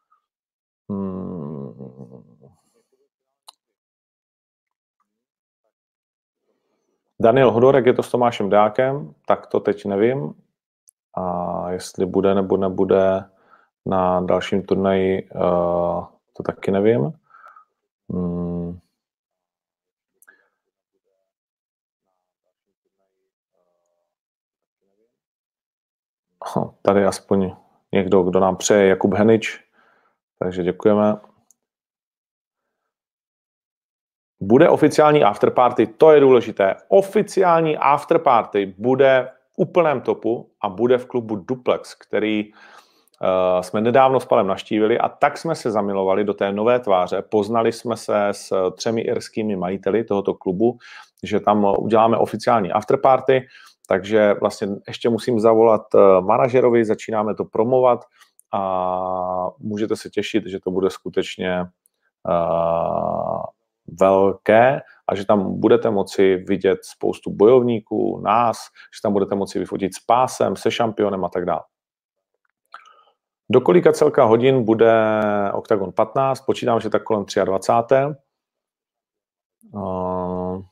Hmm. Daniel Hodor, jak je to s Tomášem Dákem, tak to teď nevím. A jestli bude nebo nebude na dalším turnaji, uh, to taky nevím. Hmm. Tady aspoň někdo, kdo nám přeje, Jakub Henič, takže děkujeme. Bude oficiální afterparty, to je důležité. Oficiální afterparty bude v úplném topu a bude v klubu Duplex, který uh, jsme nedávno s Palem navštívili a tak jsme se zamilovali do té nové tváře. Poznali jsme se s třemi irskými majiteli tohoto klubu, že tam uděláme oficiální afterparty, takže vlastně ještě musím zavolat manažerovi, začínáme to promovat a můžete se těšit, že to bude skutečně uh, velké a že tam budete moci vidět spoustu bojovníků, nás, že tam budete moci vyfotit s pásem, se šampionem a tak dále. Do kolika celka hodin bude Octagon patnáct? Počítám, že tak kolem dvacet tři. Uh,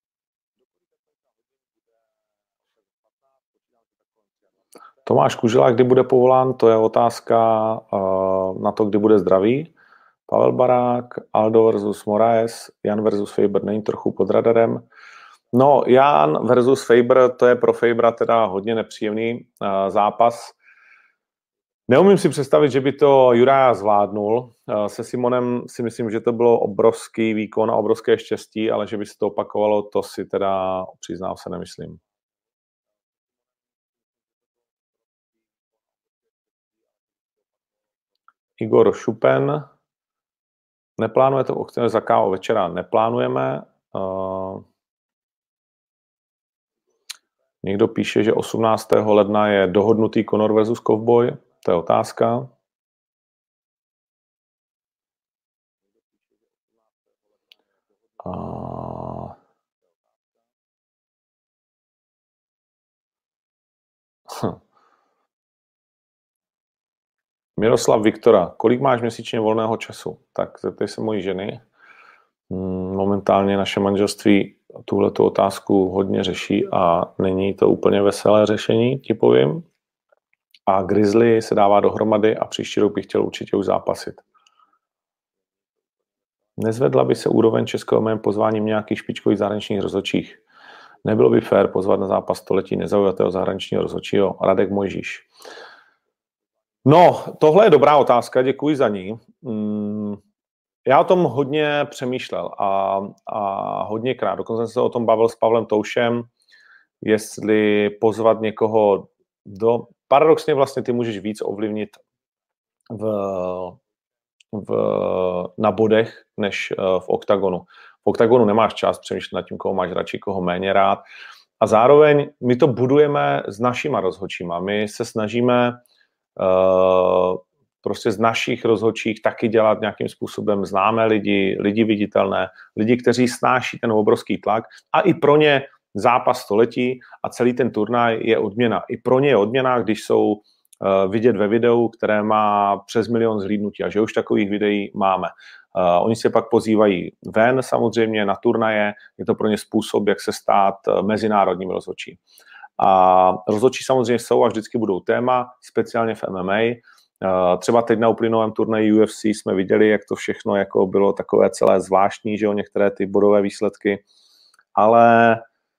Tomáš Kužela, kdy bude povolán, to je otázka uh, na to, kdy bude zdravý. Pavel Barák, Aldo versus Moraes, Jan versus Faber, není trochu pod radarem. No, Jan versus Faber, to je pro Fabera teda hodně nepříjemný uh, zápas. Neumím si představit, že by to Uriah zvládnul. Uh, se Simonem si myslím, že to bylo obrovský výkon a obrovské štěstí, ale že by se to opakovalo, to si teda přiznám se nemyslím. Igor Šupen. Neplánujete v za kávo večera? Neplánujeme. Uh, někdo píše, že osmnáctého ledna je dohodnutý Conor versus Cowboy. To je otázka. Uh, hm. Miroslav Viktora, kolik máš měsíčně volného času? Tak zeptej se mojí ženy. Momentálně naše manželství tuhletu otázku hodně řeší a není to úplně veselé řešení, ti povím. A Grizzly se dává dohromady a příští rok bych chtěl určitě už zápasit. Nezvedla by se úroveň českého mém pozváním nějakých špičkových zahraničních rozhodčích. Nebylo by fér pozvat na zápas století nezaujatého zahraničního rozhodčího. Radek Mojžíš. No, tohle je dobrá otázka, děkuji za ní. Hmm, já o tom hodně přemýšlel a, a hodněkrát. Dokonce jsem se o tom bavil s Pavlem Toušem, jestli pozvat někoho do... Paradoxně vlastně ty můžeš víc ovlivnit v, v, na bodech, než v oktagonu. V oktagonu nemáš čas přemýšlet nad tím, koho máš radši, koho méně rád. A zároveň my to budujeme s našima rozhodčíma. My se snažíme Uh, prostě z našich rozhodčích taky dělat nějakým způsobem známé lidi, lidi viditelné, lidi, kteří snáší ten obrovský tlak a i pro ně zápas století a celý ten turnaj je odměna. I pro ně je odměna, když jsou uh, vidět ve videu, které má přes milion zhlídnutí a že už takových videí máme. Uh, oni se pak pozývají ven samozřejmě na turnaje, je to pro ně způsob, jak se stát mezinárodním rozhodčím. A rozhodčí samozřejmě jsou a vždycky budou téma, speciálně v M M A. Třeba teď na uplynovém turnaji U F C jsme viděli, jak to všechno jako bylo takové celé zvláštní, že jo, některé ty bodové výsledky. Ale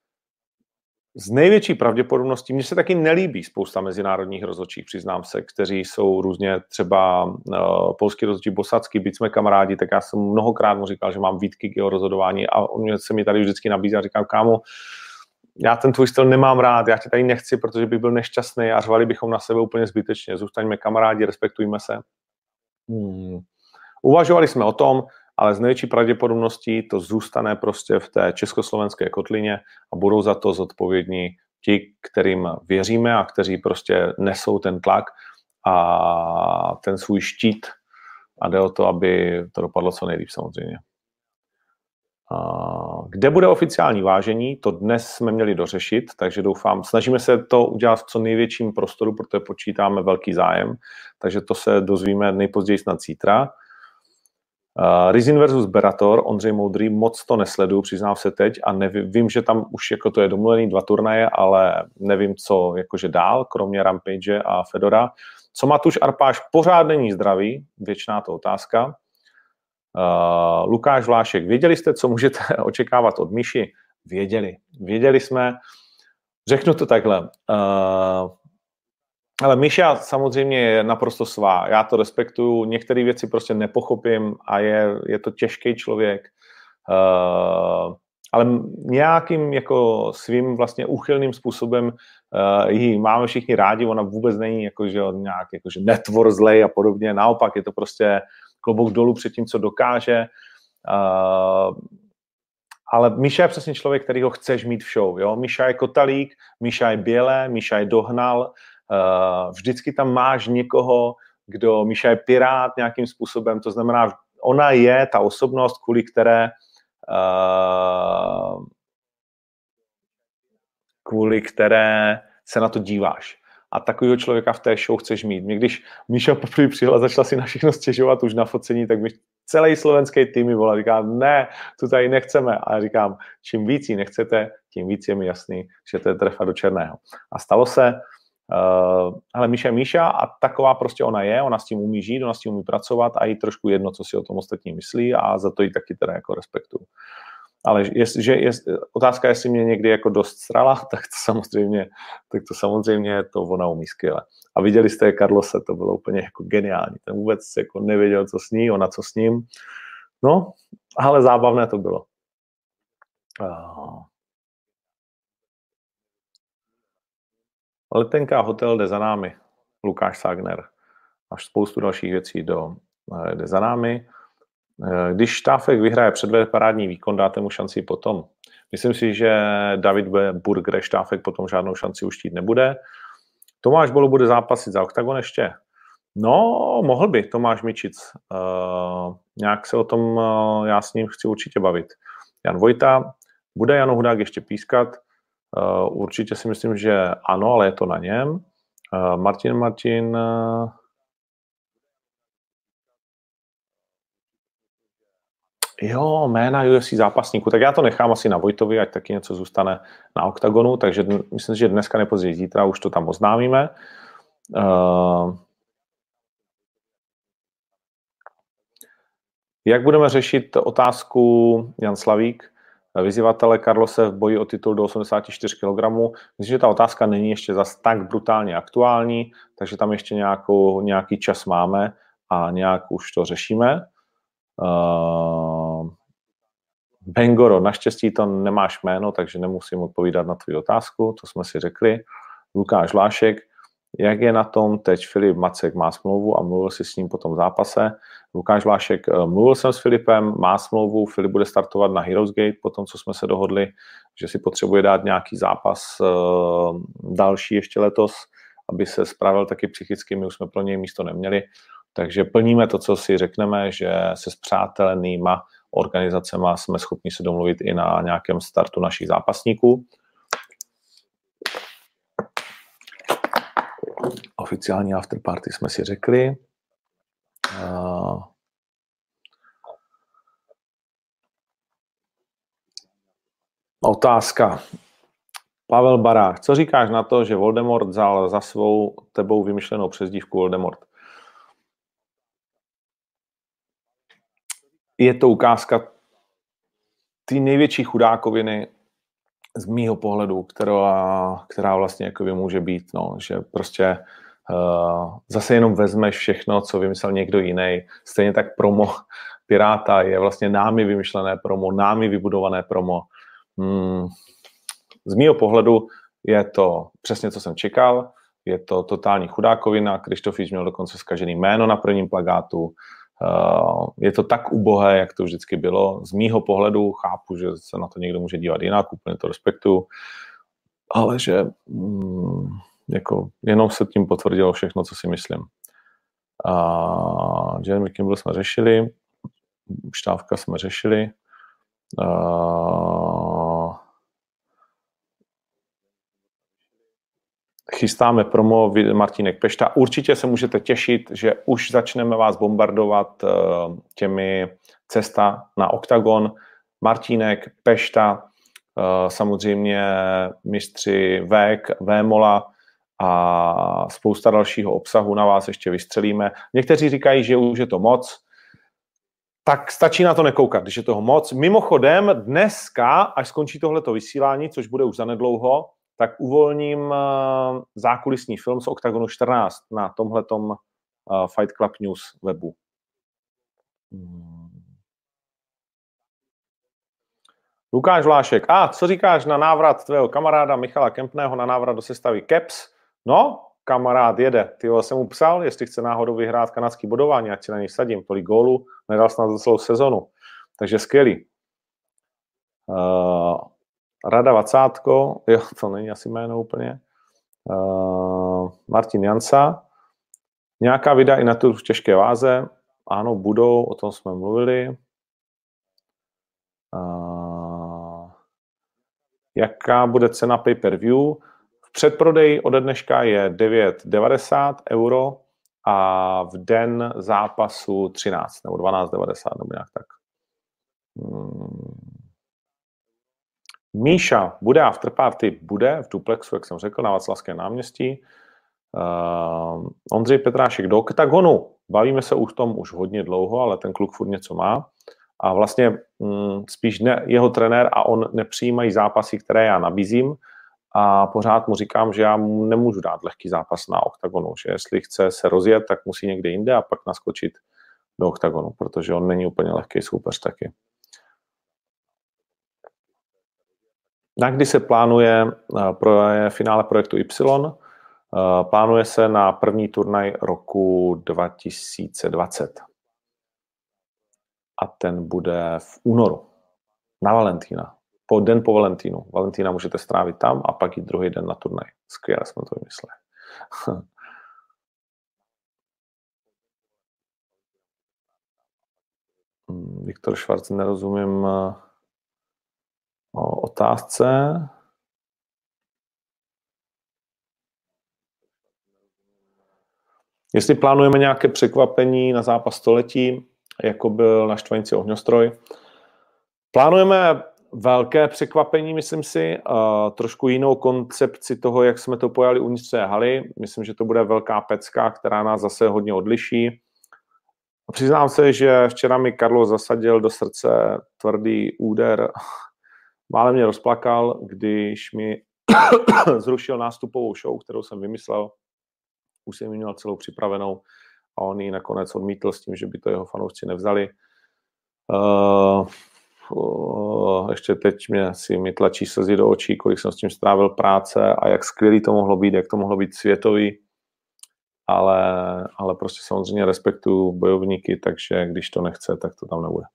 z největší pravděpodobností, mně se taky nelíbí spousta mezinárodních rozhodčích, přiznám se, kteří jsou různě třeba uh, polský rozhodčí Bosacký, byť jsme kamarádi, tak já jsem mnohokrát mu říkal, že mám výtky k jeho rozhodování a on se mi tady vždycky nabízí a říkám, kámo, já ten tvůj styl nemám rád, já tě tady nechci, protože bych byl nešťastný a řvali bychom na sebe úplně zbytečně. Zůstaňme kamarádi, respektujme se. Hmm. Uvažovali jsme o tom, ale z největší pravděpodobností to zůstane prostě v té československé kotlině a budou za to zodpovědní ti, kterým věříme a kteří prostě nesou ten tlak a ten svůj štít a jde o to, aby to dopadlo co nejlíp samozřejmě. Kde bude oficiální vážení, to dnes jsme měli dořešit, takže doufám, snažíme se to udělat v co největším prostoru, protože počítáme velký zájem, takže to se dozvíme nejpozději snad zítra. Uh, Rizin versus Bellator, Ondřej Moudrý, moc to nesleduju, přiznám se teď a nevím, vím, že tam už jako to je domluvený dva turnaje, ale nevím, co jakože dál, kromě Rampage a Fedora. Co Matuš Arpáš pořád není zdravý, věčná to otázka. Uh, Lukáš Vlášek, věděli jste, co můžete očekávat od Míši? Věděli. Věděli jsme. Řeknu to takhle. Uh, Ale Míša samozřejmě je naprosto svá. Já to respektuju. Některé věci prostě nepochopím a je, je to těžký člověk. Uh, ale nějakým jako svým vlastně úchylným způsobem uh, ji máme všichni rádi. Ona vůbec není jako, že nějak jako, že netvor zlej a podobně. Naopak je to prostě klobouk dolů před tím, co dokáže. Uh, ale Míša je přesně člověk, který ho chceš mít v show. Jo? Míša je kotalík, Míša je bělé, Míša je dohnal. Uh, vždycky tam máš někoho, kdo, Míša je pirát nějakým způsobem, to znamená, ona je ta osobnost, kvůli které uh, kvůli které se na to díváš. A takového člověka v té show chceš mít. Mě když Míša poprvé přijela, začala si na všechno stěžovat už na focení, tak mi celý slovenský tým mi volal, říká, ne, tu tady nechceme. A já říkám, čím víc ji nechcete, tím víc je mi jasný, že to je trefa do černého. A stalo se, Uh, ale Míša je Míša a taková prostě ona je, ona s tím umí žít, ona s tím umí pracovat a jí trošku jedno, co si o tom ostatní myslí a za to ji taky teda jako respektuju. Ale jestliže je, otázka, jestli mě někdy jako dost srala, tak to samozřejmě, tak to samozřejmě to ona umí skvěle. A viděli jste Carlose, to bylo úplně jako geniální. Ten vůbec jako nevěděl, co s ní, ona co s ním. No, ale zábavné to bylo. Uh. Letenka a hotel jde za námi, Lukáš Sagner. A spoustu dalších věcí do, jde za námi. Když Štáfek vyhraje předvede parádní výkon, dáte mu šanci potom. Myslím si, že David Burger Štáfek potom žádnou šanci už chtít nebude. Tomáš Bolo bude zápasit za Oktagon ještě? No, mohl by Tomáš Mičic. Uh, nějak se o tom, uh, já s ním chci určitě bavit. Jan Vojta, bude Jano Hudák ještě pískat? Uh, určitě si myslím, že ano, ale je to na něm. Uh, Martin Martin... Uh, jo, jména U F C zápasníků. Tak já to nechám asi na Vojtovi, ať taky něco zůstane na Oktagonu, takže dn- myslím, že dneska nepozději zítra už to tam oznámíme. Uh, jak budeme řešit otázku Jan Slavík, vyzývatele Carlose v boji o titul do osmdesát čtyři kilogramů. Myslím, že ta otázka není ještě zas tak brutálně aktuální, takže tam ještě nějakou, nějaký čas máme a nějak už to řešíme. Uh, Bengoro, naštěstí to nemáš jméno, takže nemusím odpovídat na tvou otázku, to jsme si řekli. Lukáš Lášek, jak je na tom teď Filip Macek, má smlouvu a mluvil si s ním po tom zápase. Lukáš Vlášek, mluvil jsem s Filipem, má smlouvu, Filip bude startovat na Heroes Gate, po tom, co jsme se dohodli, že si potřebuje dát nějaký zápas uh, další ještě letos, aby se spravil taky psychicky, my už jsme pro něj místo neměli, takže plníme to, co si řekneme, že se spřátelenýma organizacema jsme schopni se domluvit i na nějakém startu našich zápasníků. Oficiální afterparty jsme si řekli. Uh, otázka. Pavel Barák. Co říkáš na to, že Voldemort vzal za svou tebou vymyšlenou přezdívku Voldemort? Je to ukázka ty největší chudákoviny z mýho pohledu, která, která vlastně jako může být, no, že prostě uh, zase jenom vezmeš všechno, co vymyslel někdo jiný. Stejně tak promo Piráta je vlastně námi vymyšlené promo, námi vybudované promo. Hmm. Z mýho pohledu je to přesně, co jsem čekal, je to totální chudákovina, Krištofič měl dokonce zkažený jméno na prvním plakátu, Uh, je to tak ubohé, jak to vždycky bylo. Z mýho pohledu chápu, že se na to někdo může dívat jinak, úplně to respektuju, ale že mm, jako jenom se tím potvrdilo všechno, co si myslím. Uh, Jeremy Kimball jsme řešili, Štávka jsme řešili, uh, chystáme promo Martínek Pešta. Určitě se můžete těšit, že už začneme vás bombardovat těmi cesta na Oktagon. Martínek Pešta, samozřejmě mistři Vék, Vémola a spousta dalšího obsahu na vás ještě vystřelíme. Někteří říkají, že už je to moc, tak stačí na to nekoukat, když je toho moc. Mimochodem, dneska, až skončí tohleto vysílání, což bude už zanedlouho, tak uvolním zákulisní film z Octagonu čtrnáct na tomhletom Fight Club News webu. Lukáš Vlášek. A co říkáš na návrat tvého kamaráda Michala Kempného na návrat do sestavy Caps? No, kamarád jede. Ty jsem mu psal, jestli chce náhodou vyhrát kanadský bodování, ať si na něj sadím. Tolik gólů nedal snad za celou sezonu. Takže skvělý. Uh, Rada Vacátko, jo, to není asi jméno úplně. Uh, Martin Jansa. Nějaká videa i na tu v těžké váze. Ano, budou, o tom jsme mluvili. Uh, jaká bude cena pay-per-view? V předprodeji ode dneška je devět devadesát euro a v den zápasu třináct nebo dvanáct devadesát nebo nějak tak. Hmm. Míša, bude afterparty? Bude v Duplexu, jak jsem řekl, na Václavském náměstí. Uh, Ondřej Petrášek do Octagonu. Bavíme se už tom už hodně dlouho, ale ten kluk furt něco má. A vlastně mm, spíš ne, jeho trenér a on nepřijímají zápasy, které já nabízím. A pořád mu říkám, že já mu nemůžu dát lehký zápas na Octagonu. Že jestli chce se rozjet, tak musí někde jinde a pak naskočit do Octagonu, protože on není úplně lehký soupeř taky. Na kdy se plánuje pro finále projektu Y? Plánuje se na první turnaj roku dva tisíce dvacet. A ten bude v únoru. Na Valentína. Po den po Valentínu. Valentína můžete strávit tam a pak jít druhý den na turnaj. Skvěle jsme to vymysleli. Viktor Švarc, nerozumím o otázce. Jestli plánujeme nějaké překvapení na zápas století, jako byl na Štvanici ohňostroj. Plánujeme velké překvapení, myslím si, uh, trošku jinou koncepci toho, jak jsme to pojali uvnitř té haly. Myslím, že to bude velká pecka, která nás zase hodně odliší. Přiznám se, že včera mi Karlo zasadil do srdce tvrdý úder. Málem mě rozplakal, když mi zrušil nástupovou show, kterou jsem vymyslel. Už jsem ji měl celou připravenou a on ji nakonec odmítl s tím, že by to jeho fanoušci nevzali. Uh, uh, ještě teď mě si mi tlačí slzy do očí, kolik jsem s tím strávil práce a jak skvělý to mohlo být, jak to mohlo být světový. Ale, ale prostě samozřejmě respektuju bojovníky, takže když to nechce, tak to tam nebude.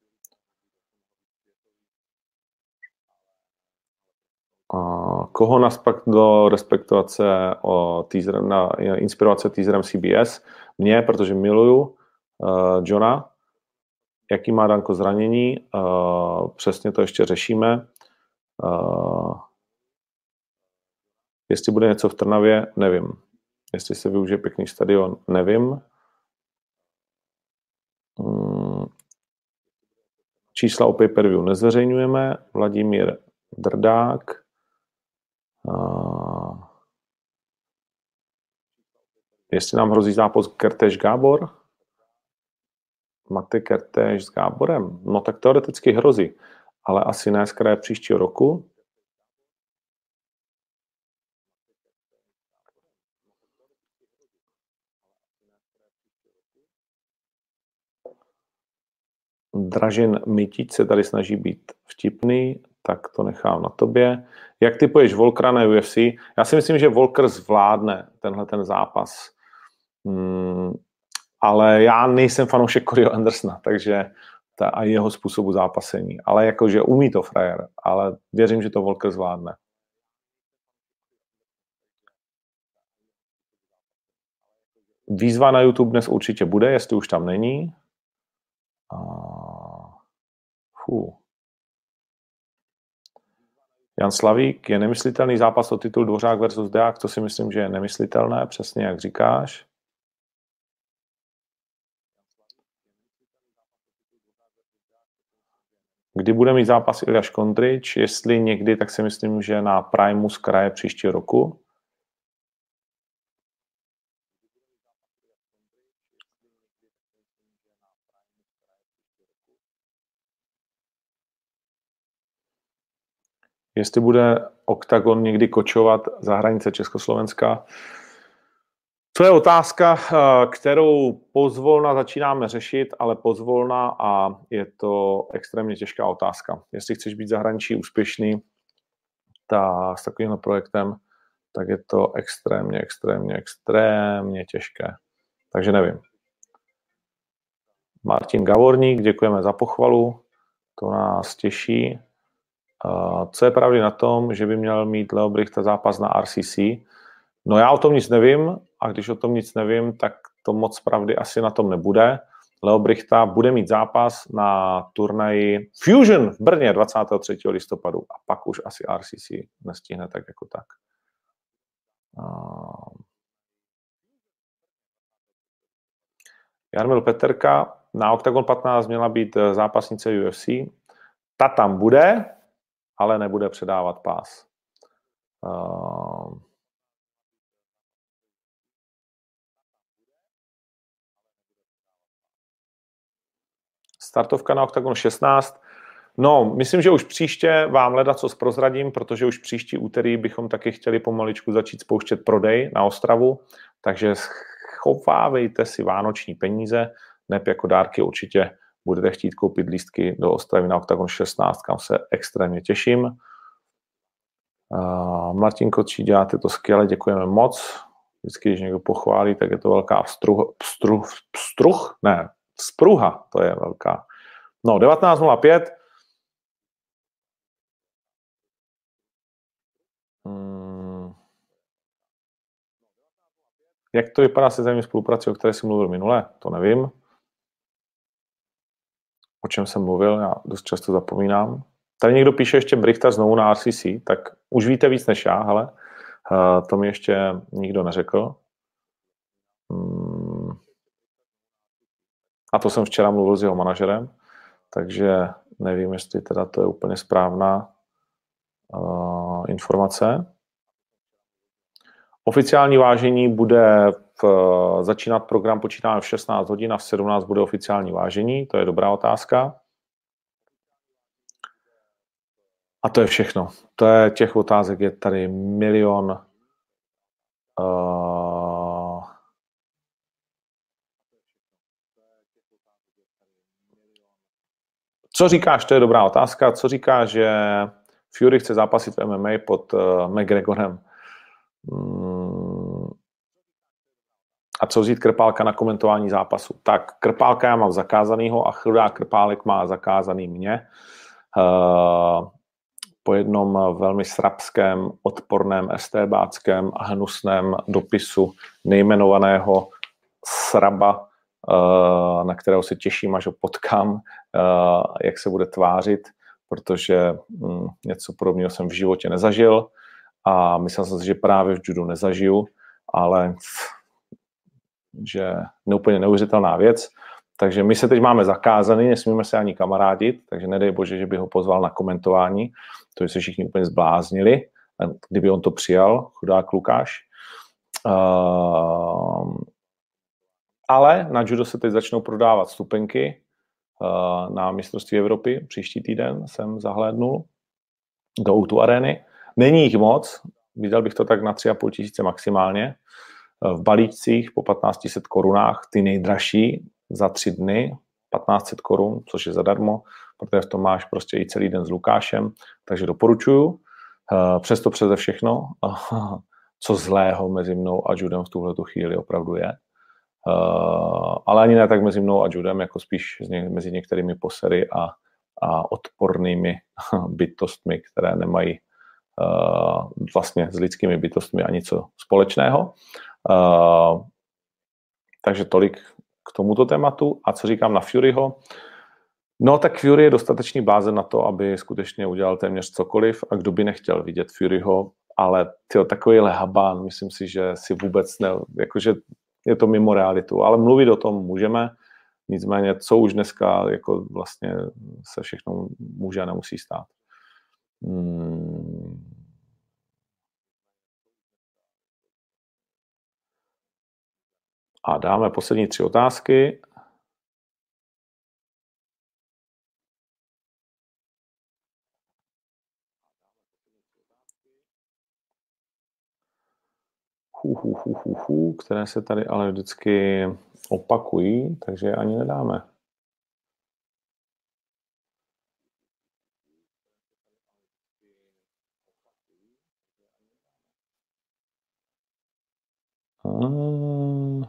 Uh, koho nás pak do respektovace o teaser, na inspirace teaserem C B S? Mě, protože miluju uh, Johna. Jaký má Danko zranění? Uh, přesně to ještě řešíme. Uh, jestli bude něco v Trnavě, nevím. Jestli se využije pěkný stadion, nevím. Um, čísla o pay-per-view nezveřejňujeme. Vladimír Drdák. Uh, jestli nám hrozí zápas Kertéž Gábor? Mate Kertéž s Gáborem? No tak teoreticky hrozí, ale asi ne z kraje příštího roku. Dražin Mytič se tady snaží být vtipný, tak to nechám na tobě. Jak typuješ Volkera na U F C? Já si myslím, že Volker zvládne tenhle ten zápas. Hmm, ale já nejsem fanoušek Coryho Andersona, takže ta, a jeho způsobu zápasení. Ale jakože umí to frajer, ale věřím, že to Volker zvládne. Výzva na YouTube dnes určitě bude, jestli už tam není. Uh, fů. Jan Slavík, je nemyslitelný zápas o titul Dvořák versus Deák, to si myslím, že je nemyslitelné, přesně jak říkáš. Kdy bude mít zápas Ilja Škondrič? Jestli někdy, tak si myslím, že na Primu z kraje příštího roku. Jestli bude Oktagon někdy kočovat za hranice Československa, to je otázka, kterou pozvolna začínáme řešit, ale pozvolna a je to extrémně těžká otázka. Jestli chceš být zahraničí úspěšný ta, s takovým projektem, tak je to extrémně, extrémně, extrémně těžké. Takže nevím. Martin Gavorník, děkujeme za pochvalu, to nás těší. Co je pravdy na tom, že by měl mít Leo Brichta zápas na R C C? No já o tom nic nevím a když o tom nic nevím, tak to moc pravdy asi na tom nebude. Leo Brichta bude mít zápas na turnaji Fusion v Brně dvacátého třetího listopadu a pak už asi R C C nestihne tak jako tak. Jarmil Peterka, na Octagon patnáct měla být zápasnice U F C. Ta tam bude, ale nebude předávat pás. Uh... Startovka na Octagon šestnáct. No, myslím, že už příště vám ledacos prozradím, protože už příští úterý bychom taky chtěli pomaličku začít spouštět prodej na Ostravu, takže schovávejte si vánoční peníze, neb jako dárky určitě budete chtít koupit lístky do Ostravy na Octagon šestnáct, kam se extrémně těším. Uh, Martin Kotčí, děláte to skvěle, děkujeme moc. Vždycky, když někdo pochválí, tak je to velká pstruh, pstruh, pstruh? Ne, spruha, to je velká. No, devatenáct nula pět. Hmm. Jak to vypadá se zájemnou spoluprací, o které jsem mluvil minule? To nevím. O čem jsem mluvil, já dost často zapomínám. Tady někdo píše ještě Brichta znovu na R C C, tak už víte víc než já, hele. Uh, to mi ještě nikdo neřekl. Hmm. A to jsem včera mluvil s jeho manažerem, takže nevím, jestli teda to je úplně správná uh, informace. Oficiální vážení bude v, začínat program, počítáme v šestnáct hodin a v sedmnáct bude oficiální vážení, to je dobrá otázka. A to je všechno. To je těch otázek, je tady milion. Uh, co říkáš, to je dobrá otázka, co říkáš, že Fury chce zápasit v M M A pod uh, McGregorem? Hmm. A co vzít Krpálka na komentování zápasu? Tak Krpálka já mám zakázanýho a chudák Krpálek má zakázaný mě. Uh, po jednom velmi srabském, odporném, estébáckém a hnusném dopisu nejmenovaného sraba, uh, na kterého se těším, až ho potkám, uh, jak se bude tvářit, protože um, něco podobného jsem v životě nezažil a myslel jsem si, že právě v judu nezažiju, ale že neúplně neuvěřitelná věc. Takže my se teď máme zakázaný, nesmíme se ani kamarádit, takže nedej bože, že by ho pozval na komentování, to by se všichni úplně zbláznili, kdyby on to přijal, chudák Lukáš. Uh, ale na judo se teď začnou prodávat vstupenky uh, na mistrovství Evropy, příští týden jsem zahlédnul do O dva Areny. Není jich moc, viděl bych to tak na tři a půl tisíce maximálně, v balíčcích po patnáct set korunách, ty nejdražší za tři dny, patnáct set korun, což je zadarmo, protože v tom máš prostě i celý den s Lukášem, takže doporučuju. Přesto přeze všechno, co zlého mezi mnou a judem v tuhletu chvíli opravdu je. Ale ani ne tak mezi mnou a judem, jako spíš mezi některými posery a, a odpornými bytostmi, které nemají vlastně s lidskými bytostmi ani co společného. Uh, takže tolik k tomuto tématu. A co říkám na Furyho? No tak Fury je dostatečný blázen na to, aby skutečně udělal téměř cokoliv a kdo by nechtěl vidět Furyho, ale tyjo, takovýhle habán, myslím si, že si vůbec ne, jakože je to mimo realitu, ale mluvit o tom můžeme, nicméně co už dneska jako vlastně se všechno může a nemusí stát. Hmm. A dáme poslední tři otázky. hu, hu, hu, hu, hu, které se tady ale vždycky opakují, takže je ani nedáme. Hmm.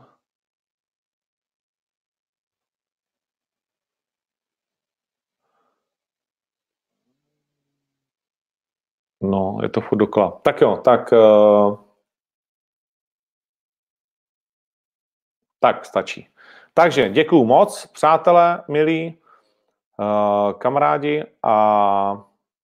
No, je to furt dokola. Tak jo, tak... Uh... Tak stačí. Takže děkuju moc, přátelé, milí, uh, kamarádi a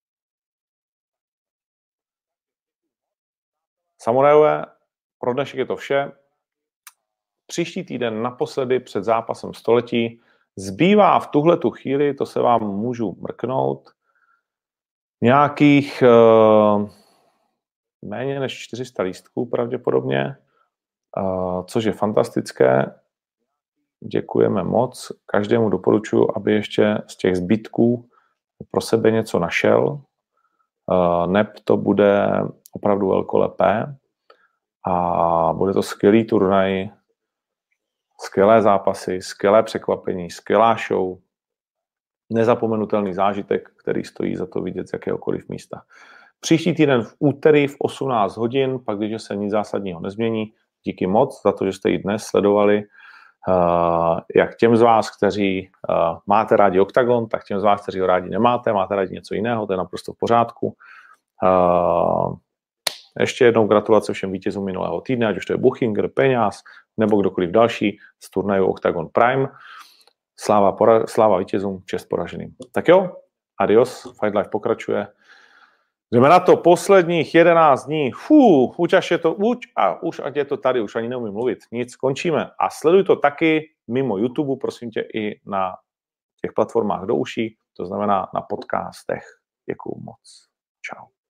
samurajové, pro dnešek je to vše. Příští týden naposledy před zápasem století zbývá v tuhletu chvíli, to se vám můžu mrknout, nějakých uh, méně než čtyři sta lístků pravděpodobně, uh, což je fantastické. Děkujeme moc. Každému doporučuji, aby ještě z těch zbytků pro sebe něco našel. Uh, neb to bude opravdu velkolepé a bude to skvělý turnaj, skvělé zápasy, skvělé překvapení, skvělá show, nezapomenutelný zážitek, který stojí za to vidět z jakéhokoliv místa. Příští týden v úterý v osmnáct hodin, pak když se nic zásadního nezmění, díky moc za to, že jste ji dnes sledovali. Uh, jak těm z vás, kteří uh, máte rádi Octagon, tak těm z vás, kteří ho rádi nemáte, máte rádi něco jiného, to je naprosto v pořádku. Uh, ještě jednou gratulace všem vítězům minulého týdne, ať už to je Buchinger, Peňáz, nebo kdokoliv další z turnaju Octagon Prime. Sláva, pora- sláva vítězům, čest poraženým. Tak jo, adios, Fight Life pokračuje. Jdeme na to, posledních jedenáct dní. Fú, už až je to, už, a už ať je to tady, už ani neumím mluvit. Nic, skončíme. A sleduj to taky mimo YouTube, prosím tě, i na těch platformách do uší, to znamená na podcastech. Děkuju moc. Čau.